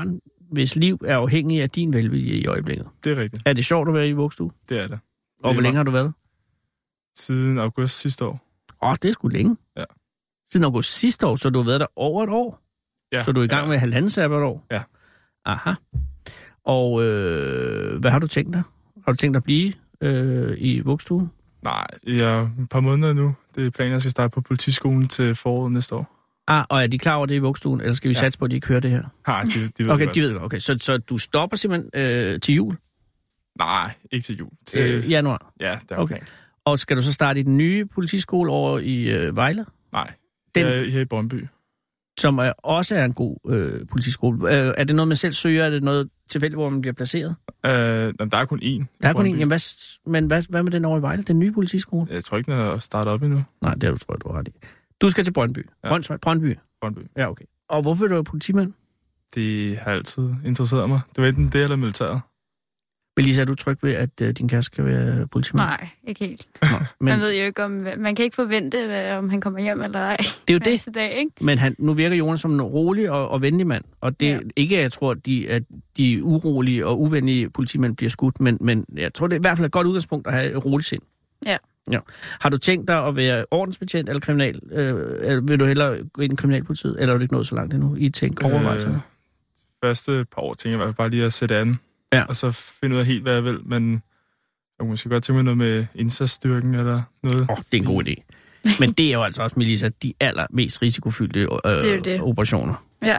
hvis liv er afhængig af din velvilje i øjeblikket. Det er rigtigt. Er det sjovt at være i vuggestue? Det er det. Og hvor længe har du været? Siden august sidste år. Det er sgu længe. Ja. Siden august sidste år, så du har været der over et år? Ja. Så du er i gang med halvandet sabbatår? Ja. Aha. Og hvad har du tænkt dig? Har du tænkt dig at blive i vuggestuen? Nej, jeg er et par måneder nu. Det er planen, at jeg skal starte på politiskolen til foråret næste år. Og er de klar over det i vuggestuen, eller skal vi satse på, at de ikke hører det her? Nej, de ved okay, godt. De ved godt. Okay, så du stopper simpelthen til jul? Nej, ikke til jul. Til januar? Ja, det er okay. Og skal du så starte i den nye politiskole over i Vejle? Nej, her i Brøndby. Som også er en god politiskole. Er det noget, man selv søger? Er det noget tilfældigt, hvor man bliver placeret? Der er kun én. Der er kun én. Jamen, hvad med den over i Vejle? Den nye politiskole? Jeg tror ikke, den er startet op endnu. Nej, det tror jeg, du har ret i. Du skal til Brøndby. Ja. Brøndby. Ja, okay. Og hvorfor er du politimand? Det har altid interesseret mig. Det var enten det eller militæret. Melissa, er du tryg ved, at din kæreste skal være politimand? Nej, ikke helt. Man ved jo ikke, man kan ikke forvente, om han kommer hjem eller ej. Det er jo det. Dag, ikke? Men nu virker Jonas som en rolig og venlig mand. Og det er ikke, at jeg tror, at de urolige og uvenlige politimænd bliver skudt, men jeg tror, det er i hvert fald et godt udgangspunkt at have et roligt sind. Ja. Har du tænkt dig at være ordensbetjent eller kriminal? Eller vil du hellere gå ind i kriminalpolitiet, eller er du ikke nået så langt endnu i tænk overvejelserne? Første par år tænker jeg bare lige at sætte an. Ja. Og så finde ud af helt, hvad jeg vil, men jeg kunne måske godt tænke mig noget med indsatsstyrken eller noget. Det er en god idé. Men det er jo altså også, Melissa, de allermest risikofyldte operationer. Ja.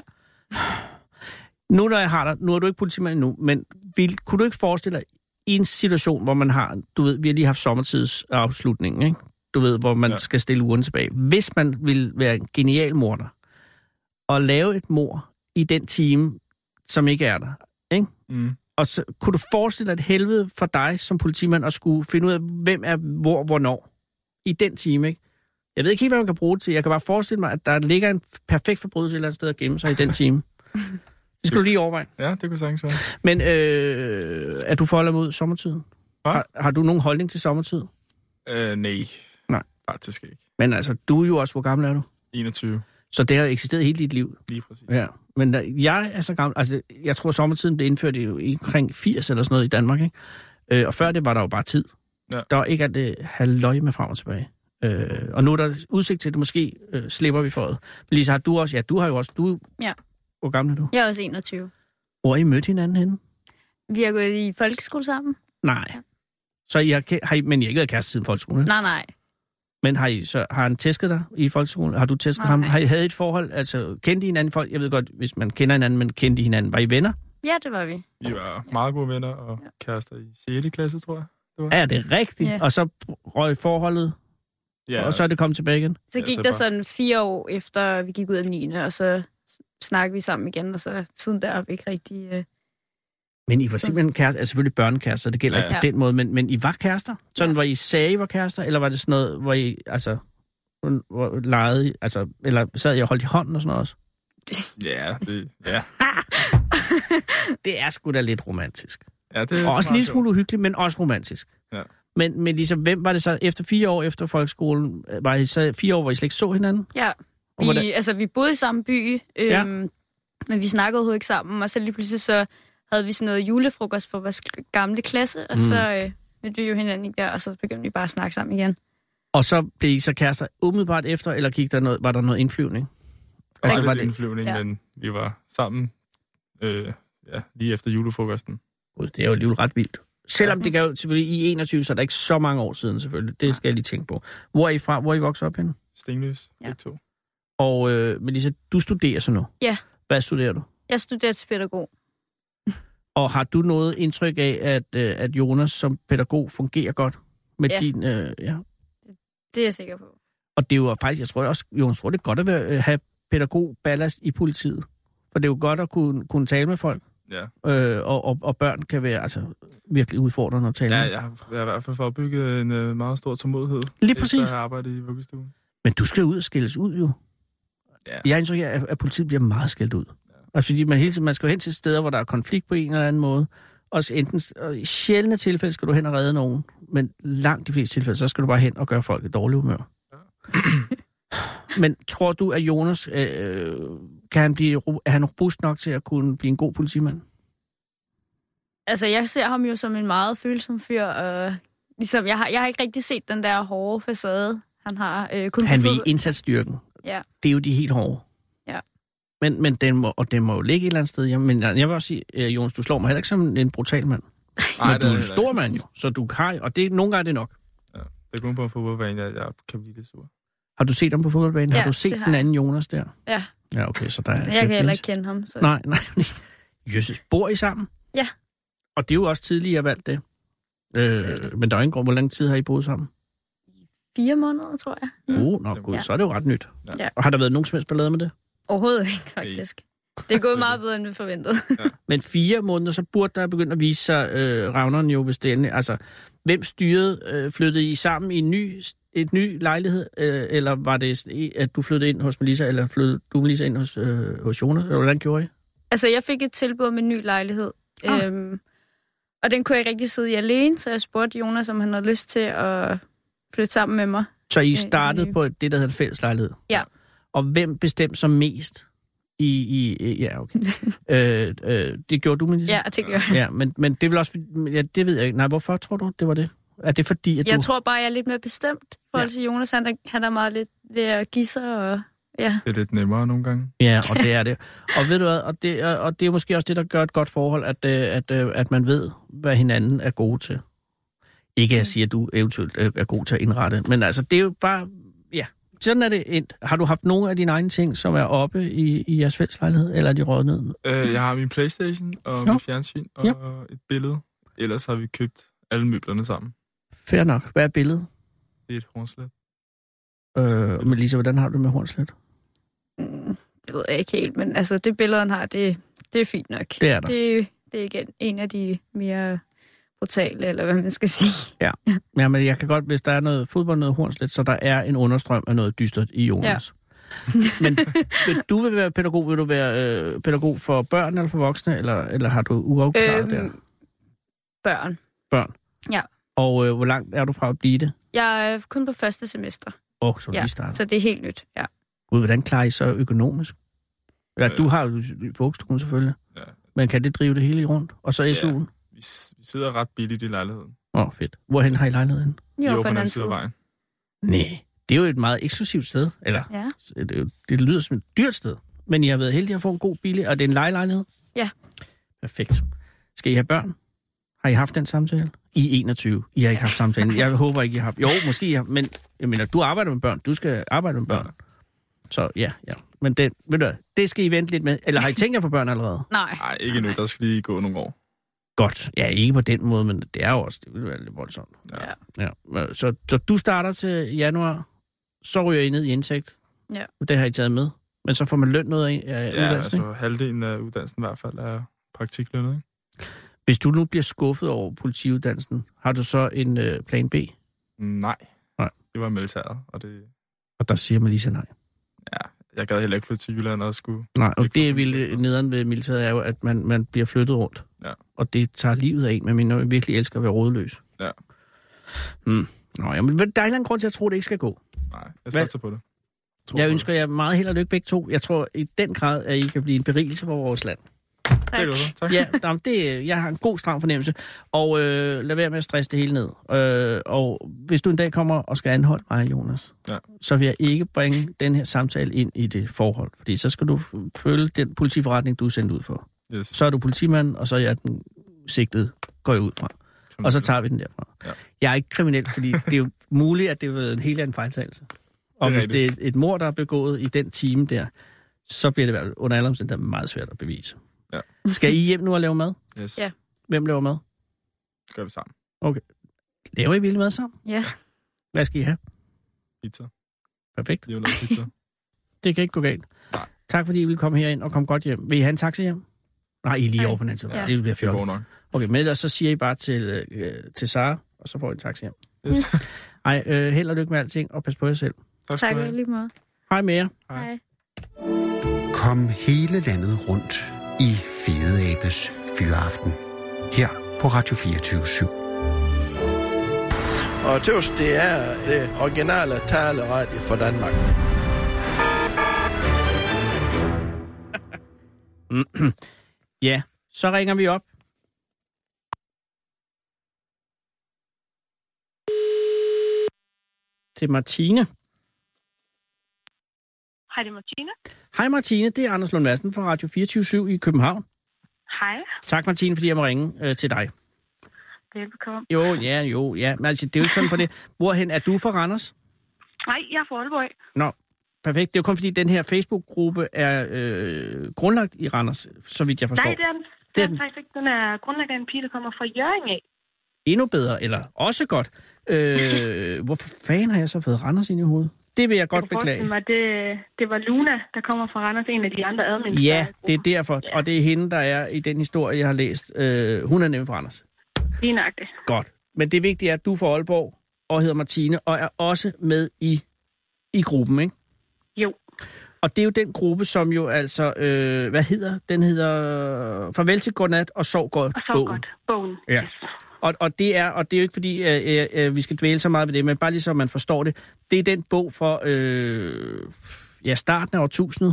Nu når jeg har dig, nu er du ikke politimand endnu, men kunne du ikke forestille dig i en situation, hvor man har, du ved, vi har lige haft sommertidsafslutningen, ikke? Du ved, hvor man skal stille ugen tilbage. Hvis man vil være en genial morder, og lave et mord i den time, som ikke er der, ikke? Mm. Og så kunne du forestille dig et helvede for dig som politimand at skulle finde ud af, hvem er hvor, hvornår i den time, ikke? Jeg ved ikke helt, hvad man kan bruge det til. Jeg kan bare forestille mig, at der ligger en perfekt forbrydelse et eller andet sted at gemme sig i den time. Det skal du lige overveje. Ja, det kunne sagtens være. Men er du for eller mod sommertiden? Har du nogen holdning til sommertid? Nej, faktisk ikke. Men altså, du er jo også, hvor gammel er du? 21. Så det har eksisteret hele dit liv? Lige præcis. Ja, men jeg er så gammel, altså jeg tror sommertiden blev indført i omkring 80 eller sådan noget i Danmark, ikke? Og før det var der jo bare tid. Ja. Der var ikke alt det halløj med frem og tilbage. Og nu er der udsigt til, at det måske slipper vi for det. Men Lisa, har du også, du har jo også, Ja. Hvor gammel er du? Jeg er også 21. Hvor har I mødt hinanden henne? Vi har gået i folkeskole sammen. Nej. Så men I har ikke været kæreste siden folkeskolen? Nej. Men har han tæsket dig i folkeskolen? Har du tæsket ham? Har I havde et forhold? Altså, kendte I hinanden folk? Jeg ved godt, hvis man kender hinanden, men kendte I hinanden? Var I venner? Ja, det var vi. Vi var meget gode venner og kærester i 6. klasse, tror jeg. Det var. Er det rigtigt? Ja. Og så røg forholdet? Ja. Og så er det kommet tilbage igen? Så gik der sådan 4 år efter, vi gik ud af 9. Og så snakkede vi sammen igen, og så siden der har vi ikke rigtig... Men I var simpelthen kærester, altså selvfølgelig børnekærester, det gælder ikke på den måde, men I var kærester? Sådan, hvor I sagde, I var kærester, eller var det sådan noget, hvor I, altså, legede, altså, eller sad I og holdt i hånden og sådan noget også? Ja. Det er sgu da lidt romantisk. Ja, det og også en lille smule uhyggeligt, men også romantisk. Ja. Men ligesom, hvem var det så, efter 4 år efter folkeskolen, var I så 4 år, hvor I slet ikke så hinanden? Ja, vi boede i samme by, men vi snakkede overhovedet ikke sammen, og så lige pludselig så havde vi sådan noget julefrokost for vores gamle klasse, og så mødte vi jo hinanden der, og så begyndte vi bare at snakke sammen igen. Og så blev I så kærester umiddelbart efter, eller var der noget indflyvning? Altså, var det indflyvning, men vi var sammen lige efter julefrokosten. Det er jo alligevel ret vildt. Selvom det gav selvfølgelig i 21, så er der ikke så mange år siden selvfølgelig. Det skal jeg lige tænke på. Hvor er I fra? Hvor er I vokset op henne? Stenløs, begge to. Og Melissa, du studerer så nu? Ja. Hvad studerer du? Jeg studerer til pædagog. Og har du noget indtryk af, at Jonas som pædagog fungerer godt med din... Det er jeg sikker på. Og det er jo faktisk, jeg tror også, Jonas, det er godt at have pædagogballast i politiet. For det er jo godt at kunne tale med folk. Ja. Og børn kan være altså virkelig udfordrende at tale med. Jeg har i hvert fald forbygget en meget stor tålmodighed. Lige præcis. Efter jeg arbejdet i vuggestuen. Men du skal ud og skældes ud jo. Ja. Jeg har indtryk af, at politiet bliver meget skældt ud. Og fordi man skal jo hen til steder, hvor der er konflikt på en eller anden måde. Og i sjældne tilfælde skal du hen og redde nogen. Men langt de fleste tilfælde, så skal du bare hen og gøre folk et dårligt humør. Ja. Men tror du, at Jonas Er han robust nok til at kunne blive en god politimand? Altså, jeg ser ham jo som en meget følsom fyr, og ligesom, jeg har ikke rigtig set den der hårde facade, han har. Han vil i indsatsstyrken. Ja. Det er jo de helt hårde. Ja. Men den må jo ligge et eller andet sted. Men jeg vil også sige, Jonas, du slår mig heller ikke som en brutal mand. Nej, men du er en stor mand jo, så du har, og det, nogle gange er det nok. Ja, det er kun på en fodboldbane, jeg kan blive lidt sur. Har du set ham på fodboldbanen? Ja, har du set den anden Jonas der? Ja. Ja, okay, så der er... Jeg kan heller ikke kende ham. Så. Nej. Jøsses, bor I sammen? Ja. Og det er jo også tidligere valgt det. Men der er ingen grund. Hvor lang tid har I boet sammen? 4 måneder, tror jeg. Gud, så er det jo ret nyt. Ja. Og har der været nogen som helst ballade med det? Overhovedet ikke, faktisk. Det er gået meget bedre, end vi forventede. Ja. Men 4 måneder, så burde der begynde at vise sig ravneren jo, hvis det endelig... Altså, hvem styrede? Flyttede I sammen i en ny lejlighed? Eller var det, at du flyttede ind hos Melissa, eller flyttede du, Melissa, ind hos Jonas? Eller hvordan gjorde I? Altså, jeg fik et tilbud om en ny lejlighed. Og den kunne jeg ikke rigtig sidde i alene, så jeg spurgte Jonas, om han havde lyst til at flytte sammen med mig. Så I startede på det, der hedder fælles lejlighed? Ja. Og hvem bestemte så mest? Ja, okay. Det gjorde du, Melissa? Ja, det gjorde jeg. Ja, men det vil også... Ja, det ved jeg ikke. Nej, hvorfor tror du, det var det? Er det fordi, at jeg tror bare, jeg er lidt mere bestemt i forhold til Jonas. Han er meget lidt ved at give sig, og ja. Det er lidt nemmere nogle gange. Ja, og det er det. Og ved du hvad, og det er måske også det, der gør et godt forhold, at man ved, hvad hinanden er gode til. Ikke at sige, at du eventuelt er god til at indrette, men altså, det er jo bare... Ja, sådan er det endt. Har du haft nogle af dine egne ting, som er oppe i jeres fælleslejlighed, eller er de røget ned? Jeg har min PlayStation og min fjernsyn og et billede. Ellers har vi købt alle møblerne sammen. Fair nok. Hvad er billedet? Det er et hornslet. Melissa, hvordan har du det med hornslet? Det ved jeg ikke helt, men altså, det billede, han har, det er fint nok. Det er der. Det er igen en af de mere brutale, eller hvad man skal sige. Ja, men jeg kan godt, hvis der er noget fodbold, noget hornslet, så der er en understrøm af noget dystert i Jonas. Ja. Men du vil være pædagog, vil du være pædagog for børn eller for voksne, eller har du uafklaret der? Børn. Børn? Ja. Og hvor langt er du fra at blive det? Jeg er kun på første semester. Så lige starter. Så det er helt nyt, ja. Gud, hvordan klarer I så økonomisk? Ja, du har jo vuggestuen selvfølgelig. Ja. Men kan det drive det hele rundt? Og så SU'en? Ja, vi sidder ret billigt i lejligheden. Fedt. Hvorhen har I lejligheden? Jo, på den anden side af vejen. Nej, det er jo et meget eksklusivt sted. Eller, det lyder som et dyrt sted. Men I har været heldige at få en god billig, og det er en lejelejlighed? Ja. Perfekt. Skal I have børn? Har I haft den samtale? I 21. I har ikke haft samtalen. Jeg håber ikke, I har haft. Jo, måske I har, men jeg mener, du arbejder med børn. Du skal arbejde med børn. Ja. Så ja. Men det skal I vente lidt med. Eller har I tænkt jer for børn allerede? Nej, ikke nu. Der skal lige gå nogle år. Godt. Ja, ikke på den måde, men det er jo også, det vil være lidt voldsomt. Ja. Så du starter til januar, så ryger I ned i indtægt. Ja. Det har I taget med. Men så får man løn noget af uddannelsen, altså halvdelen af uddannelsen i hvert fald er praktiklønnet, ikke? Hvis du nu bliver skuffet over politiuddannelsen, har du så en plan B? Nej. Det var militæret, og der siger Melissa nej. Ja, jeg gad heller ikke flytte til Jylland og skulle... Nej, og det vilde nederen ved militæret er jo, at man bliver flyttet rundt. Ja. Og det tager livet af en, men man virkelig elsker at være rådløs. Ja. Nå, jamen, der er en eller anden grund til, at jeg tror, det ikke skal gå. Nej, jeg satser på det. Jeg ønsker jer meget held og lykke begge to. Jeg tror i den grad, at I kan blive en berigelse for vores land. Tak. Ja, jeg har en god stram fornemmelse. Og lad være med at stresse det hele ned. Og hvis du en dag kommer og skal anholde mig, Jonas, så vil jeg ikke bringe den her samtale ind i det forhold. Fordi så skal du følge den politiforretning, du er sendt ud for. Yes. Så er du politimand, og så er jeg den sigtede, går jeg ud fra. Og så tager vi den derfra. Ja. Jeg er ikke kriminel, fordi det er jo muligt, at det er en helt anden fejltagelse. Og hvis det er et mord, der er begået i den time der, så bliver det under alle omstændigheder meget svært at bevise. Ja. Skal I hjem nu og lave mad? Yes. Ja. Hvem laver mad? Det gør vi sammen. Okay. Laver I vildt mad sammen? Ja. Hvad skal I have? Pizza. Perfekt. Jeg vil lave pizza. Det kan ikke gå galt. Nej. Tak fordi I ville komme herind og komme godt hjem. Vil I have en taxi hjem? Nej, I er lige over på den anden side. Ja. Det bliver fjollet. Okay, men ellers så siger I bare til Sara, og så får I en taxi hjem. Yes. Held og lykke med alting, og pas på jer selv. Tak lige meget. Hej med jer. Hej. Kom hele landet rundt i Fede Abes Fyraften. Her på Radio 24/7. Og tøvs, det er det originale taleradio for Danmark. Ja, så ringer vi op. Til Martine. Hej, det er Martine. Hej Martine, det er Anders Lund Madsen fra Radio 24/7 i København. Hej. Tak Martine, fordi jeg må ringe til dig. Velbekomme. Jo. Men altså, det er jo ikke sådan på det. Hvorhen er du fra Randers? Nej, jeg er fra Aalborg. Nå, perfekt. Det er jo kun fordi, den her Facebook-gruppe er grundlagt i Randers, så vidt jeg forstår. Nej, det er den faktisk ikke. Den er grundlagt af en pige, der kommer fra Hjørring af. Endnu bedre, eller også godt. Hvorfor fanden har jeg så fået Randers ind i hovedet? Det vil jeg godt beklage. Det var Luna, der kommer fra Randers, en af de andre admin. Ja, det er derfor. Ja. Og det er hende, der er i den historie, jeg har læst. Hun er nemlig fra Randers. Lige nøjagtigt. Godt. Men det vigtige er, at du er fra Aalborg og hedder Martine, og er også med i gruppen, ikke? Jo. Og det er jo den gruppe, som jo altså, hvad hedder? Den hedder Farvel til Godnat og Sov Godt og Sov Godt bogen. Ja. Og det er jo ikke fordi, vi skal dvæle så meget ved det, men bare lige så man forstår det. Det er den bog for starten af årtusindet,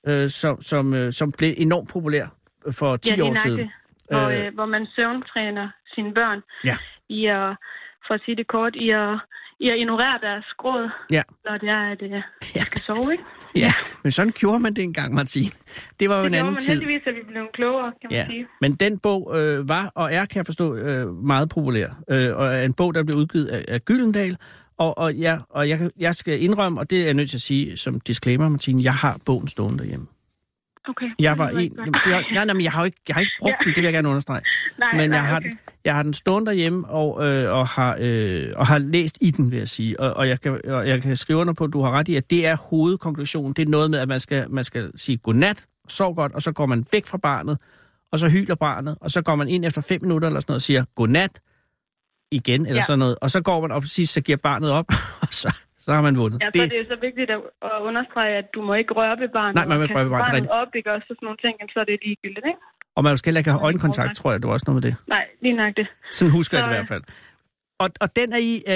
som blev enormt populær for 10 år siden. Hvor man søvntræner sine børn i at, for at sige det kort, i at ignorere deres gråd, når det er, at de skal sove, ikke? Ja, men sådan gjorde man det engang, Martine. Det var jo en anden tid. Det heldigvis, at vi blev klogere, kan man sige. Men den bog var og er, kan jeg forstå, meget populær. Og er en bog, der blev udgivet af Gyldendal. Og jeg skal indrømme, og det er jeg nødt til at sige som disclaimer, Martine, jeg har bogen stående derhjemme. Okay. Jeg har ikke brugt den, det vil jeg gerne understrege. Men jeg har den stående derhjemme og har læst i den, vil jeg sige. Og jeg kan skrive under på, at du har ret i, at det er hovedkonklusionen. Det er noget med, at man skal sige godnat, sov godt, og så går man væk fra barnet, og så hyler barnet, og så går man ind efter 5 minutter eller sådan noget og siger godnat igen, eller sådan noget. Og så går man op til sidst, så giver barnet op, og så har man vundet. Ja, så det er så vigtigt at understrege, at du må ikke røre ved barnet. Nej, man må ikke røre ved barnet. Barnet op, ikke? Og så sådan nogle ting, så er det ligegyldigt, ikke? Og man skal heller ikke have øjenkontakt, tror jeg. Det var også noget med det. Nej, lige nok det. Sådan husker jeg det i hvert fald. Og den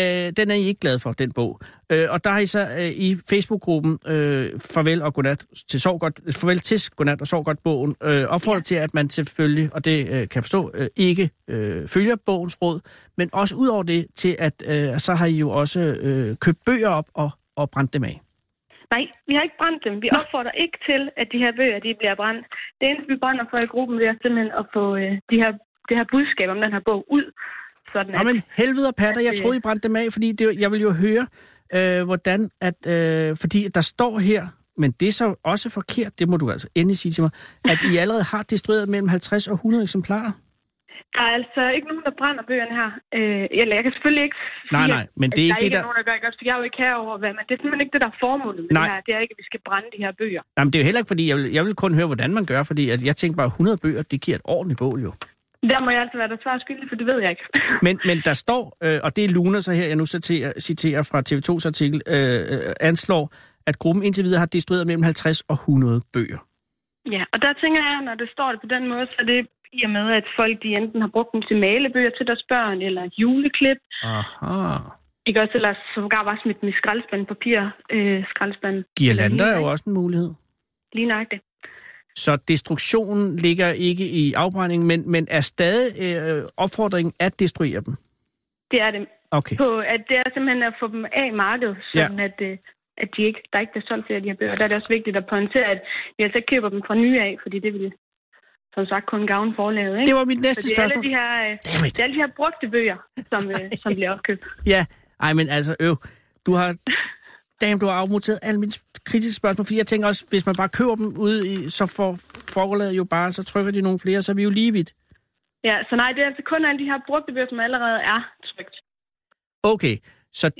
er I ikke glad for, den bog. Og der har I så i Facebook-gruppen Farvel og Godnat til Sov Godt, Farvel til Godnat og Sov Godt bogen, opfordret til, at man selvfølgelig, og det kan jeg forstå, ikke følger bogens råd, men også ud over det til, at så har I jo også købt bøger op og brændt dem af. Nej, vi har ikke brændt dem. Vi opfordrer ikke til, at de her bøger, de bliver brændt. Det eneste, vi brænder for i gruppen, det er simpelthen at få det her budskab om den her bog ud. Sådan men helvede og patter, jeg troede, I brændte dem af, fordi jeg vil jo høre, hvordan fordi der står her, men det er så også forkert, det må du altså endelig sige til mig, at I allerede har destrueret mellem 50 og 100 eksemplarer. Der er altså ikke nogen, der brænder bøgerne her. Jeg kan selvfølgelig ikke sige, nej, men det er ikke det, der er nogen, der gør godt, for jeg er jo ikke herover, men det er simpelthen ikke det, der er formålet med det her. Det er ikke, at vi skal brænde de her bøger. Jamen, det er jo heller ikke, fordi jeg vil kun høre, hvordan man gør, fordi at jeg tænker bare, 100 bøger, det giver et ordentligt bål jo. Der må jeg altså være der svar skyldig, for det ved jeg ikke. men der står, og det er Luna så her, jeg nu citerer fra TV2's artikel, anslår, at gruppen indtil videre har destrueret mellem 50 og 100 bøger. Ja, og der tænker jeg, når det står det på den måde, så er det i og med, at folk de enten har brugt dem til malebøger til deres børn, eller juleklip. Aha. Ikke også, eller som gar var smidt med skraldespand, skraldespand. Girlander er jo også en mulighed. Lige nøjagtigt. Så destruktionen ligger ikke i afbrændingen, men er stadig opfordringen at destruere dem? Det er det. Okay. At det er simpelthen at få dem af markedet, sådan at de ikke, der ikke bliver solgt flere af de her bøger. Der er det også vigtigt at pointere, at vi altså køber dem fra nye af, fordi det vil som sagt kun gavne forlaget. Ikke? Det var mit næste spørgsmål. Det er alle de her brugte bøger, som bliver opkøbt. Ja, men altså du har afmodtaget alle mine kritiske spørgsmål, fordi jeg tænker også, hvis man bare køber dem ud i, så får forlaget jo bare, så trykker de nogle flere, så er vi jo lige vidt. Ja, så nej, det er altså kun alle de her brugte bøger, som allerede er trykt. Okay, så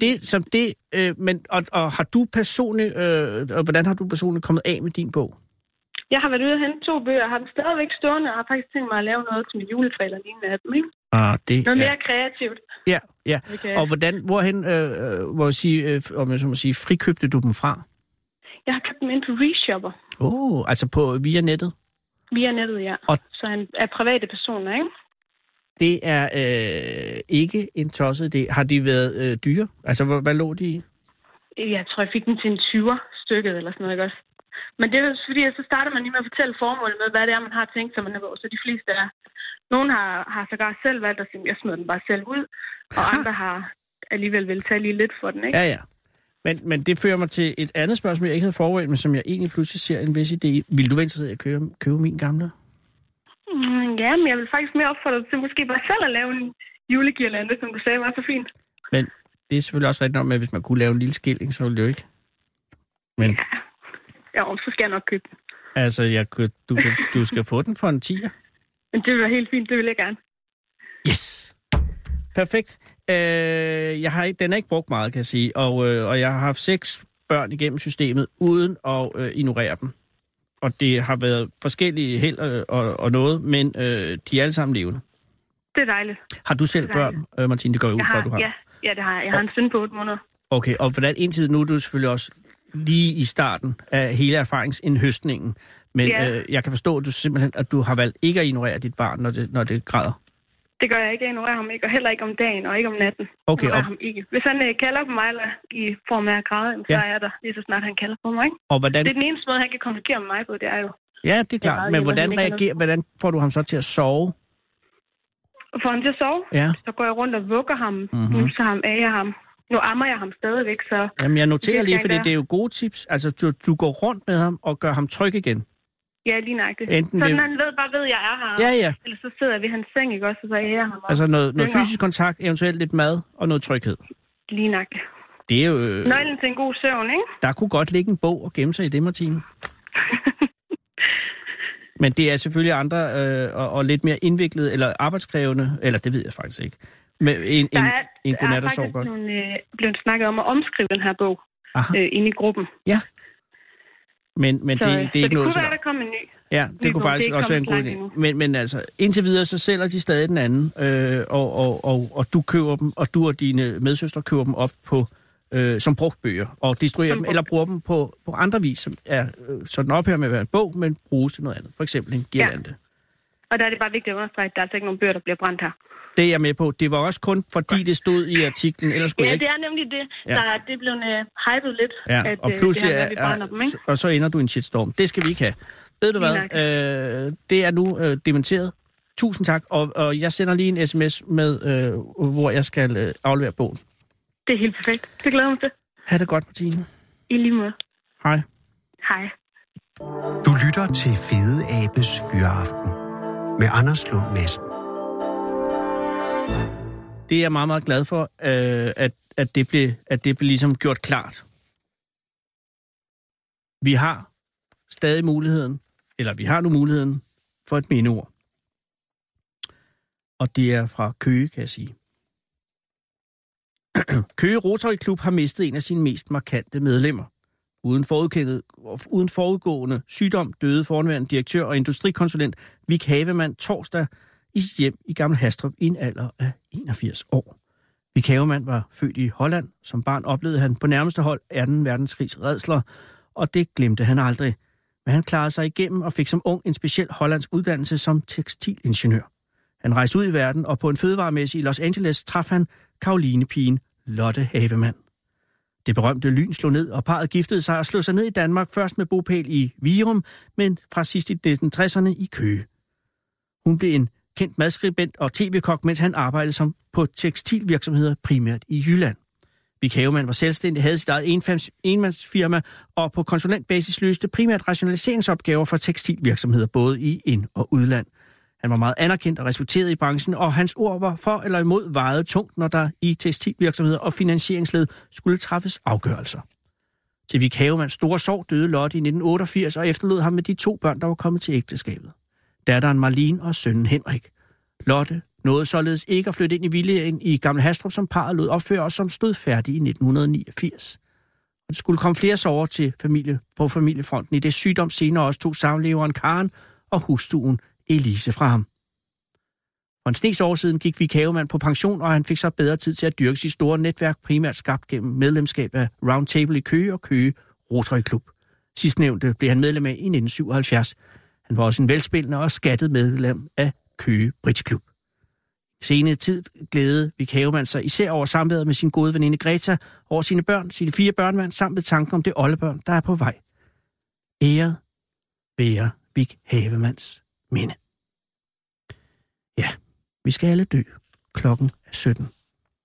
men har du personligt, hvordan har du personligt kommet af med din bog? Jeg har været ude og hente 2 bøger, har dem stadigvæk stående, og har faktisk tænkt mig at lave noget til mit juletræ eller lignende af dem, ikke? Noget mere kreativt. Ja. Okay. Og hvorhen, om jeg så må sige, frikøbte du dem fra? Jeg har købt dem ind på Reshopper. Altså via nettet? Via nettet, ja. Så af private personer, ikke? Det er ikke en tosset idé. Har de været dyre? Altså, hvad lå de i? Jeg tror, jeg fik dem til en 20'er stykket eller sådan noget, ikke også? Men det er jo fordi, at så starter man lige med at fortælle formålet med, hvad det er, man har tænkt sig, man er. Så de fleste er. Nogen har sågar selv valgt at sige, jeg smider den bare selv ud, og andre har alligevel vil tage lige lidt for den, ikke? Ja. Men det fører mig til et andet spørgsmål, jeg ikke havde forberedt, men som jeg egentlig pludselig ser en vis idé. Vil du være interesseret i at købe min gamle? Ja, men jeg vil faktisk mere opfordre dig til måske bare selv at lave en julegirlande, som du sagde, var så fint. Men det er selvfølgelig også rigtigt nok med, at hvis man kunne lave en lille skilling, så ville det jo ikke. Men... Ja, så skal jeg nok købe den. Altså, du skal få den for en 10'er. Men det vil være helt fint, det vil jeg gerne. Yes! Perfekt. Den er ikke brugt meget, kan jeg sige. Og jeg har haft 6 børn igennem systemet, uden at ignorere dem. Og det har været forskellige held og noget, men de er alle sammen levende. Det er dejligt. Har du selv børn, Martine? Det går ud fra, at du har. Ja, det har jeg. Jeg har en søn på 8 måneder. Okay, og hvordan indtil nu er du selvfølgelig også lige i starten af hele erfaringsindhøstningen. Men jeg kan forstå, at du har valgt ikke at ignorere dit barn, når det græder. Det gør jeg ikke. Jeg ignorerer ham ikke, og heller ikke om dagen og ikke om natten. Okay, ham ikke. Hvis han kalder på mig eller i form af at græde, så er jeg der lige så snart han kalder på mig. Ikke? Og hvordan... Det er den eneste måde, han kan kommunikere med mig på, det er jo... Ja, det er klart. Men hvordan får du ham så til at sove? Får han til at sove? Ja. Så går jeg rundt og vugger ham. Nu så ager ham. Nu ammer jeg ham stadigvæk, så... Jamen, jeg noterer lige, fordi det er jo gode tips. Altså, du går rundt med ham og gør ham tryg igen. Ja, lige nøjagtigt. Sådan han ved, jeg er her. Ja. Eller så sidder jeg ved hans seng, ikke også, og så er jeg ham. Altså noget fysisk kontakt, eventuelt lidt mad og noget tryghed. Lige nøjagtigt. Det er jo... Nøglen til en god søvn, ikke? Der kunne godt ligge en bog og gemme sig i det, Martine. Men det er selvfølgelig andre og lidt mere indviklede eller arbejdskrævende, eller det ved jeg faktisk ikke. Men en godnat og sov godt. Der er faktisk blevet snakket om at omskrive den her bog inde i gruppen. Ja. Men det er ikke det noget kunne være, der kom en ny. Ja, det kunne faktisk også være en god idé. Men altså, indtil videre, så sælger de stadig den anden, og du køber dem, og du og dine medsøstre køber dem op på som brugtbøger, og distribuerer dem, eller bruger dem på andre vis, som er, så den ophører med at være en bog, men bruges til noget andet. For eksempel en girlande. Ja. Og der er det bare vigtigt at understrege, at der er altså ikke nogen bøger, der bliver brændt her. Det er jeg med på. Det var også kun fordi det stod i artiklen, ellers skulle jeg ikke... Ja, det er nemlig det. Ja. Det blev hypet lidt, at og pludselig vi brænder dem, ikke? Og så ender du i en shitstorm. Det skal vi ikke have. Ved du hvad? Det er nu dementeret. Tusind tak. Og jeg sender lige en sms med, hvor jeg skal aflevere bogen. Det er helt perfekt. Det glæder mig til. Ha' det godt, Martine. I lige måde. Hej. Hej. Du lytter til Fede Abes Fyraften med Anders Lund Madsen. Det er jeg meget, meget glad for, at det blev ligesom gjort klart. Vi har stadig muligheden, eller vi har nu muligheden for et mindeord. Og det er fra Køge, kan jeg sige. Køge Rotary Klub har mistet en af sine mest markante medlemmer. Uden forudgående sygdom døde forhenværende direktør og industrikonsulent Vik Havemann torsdag i sit hjem i Gammel Hastrup i en alder af 81 år. Vik Havemann var født i Holland. Som barn oplevede han på nærmeste hold 2. verdenskrigs rædsler, og det glemte han aldrig. Men han klarede sig igennem og fik som ung en speciel hollandsk uddannelse som tekstilingeniør. Han rejste ud i verden, og på en fødevaremesse i Los Angeles traf han Caroline-pigen Lotte Havemann. Det berømte lyn slog ned, og parret giftede sig og slog sig ned i Danmark, først med bopæl i Virum, men fra sidst i 1960'erne i Køge. Hun blev en kendt madskribent og tv-kok, mens han arbejdede som på tekstilvirksomheder, primært i Jylland. Vik Havemann var selvstændig, havde sit eget enmandsfirma, og på konsulentbasis løste primært rationaliseringsopgaver for tekstilvirksomheder, både i ind- og udland. Han var meget anerkendt og respekteret i branchen, og hans ord var for eller imod vejede tungt, når der i tekstilvirksomheder og finansieringsled skulle træffes afgørelser. Til Vik Havemanns store sorg døde Lotte i 1988 og efterlod ham med de 2 børn, der var kommet til ægteskabet. Datteren Marlene og sønnen Henrik. Lotte nåede således ikke at flytte ind i villaen i Gammel Hastrup, som parret lod opføre, og som stod færdig i 1989. Og det skulle komme flere sorger til på familiefronten, i det sygdom senere også tog samleveren Karen og hustruen Elise fra ham. For en snes år siden gik Vik Havemann på pension, og han fik så bedre tid til at dyrke sit store netværk, primært skabt gennem medlemskab af Roundtable i Køge og Køge Rotary Klub. Sidstnævnte blev han medlem af i 1977. Han var også en velspillende og skattet medlem af Køge Bridge Klub. Senere tid glædede Vik Havemann sig især over samværet med sin gode veninde Greta, over sine 4 børnebørn, samt ved tanken om det oldebørn, der er på vej. Æret være Vig Havemanns minde. Ja, vi skal alle dø. Klokken er 17.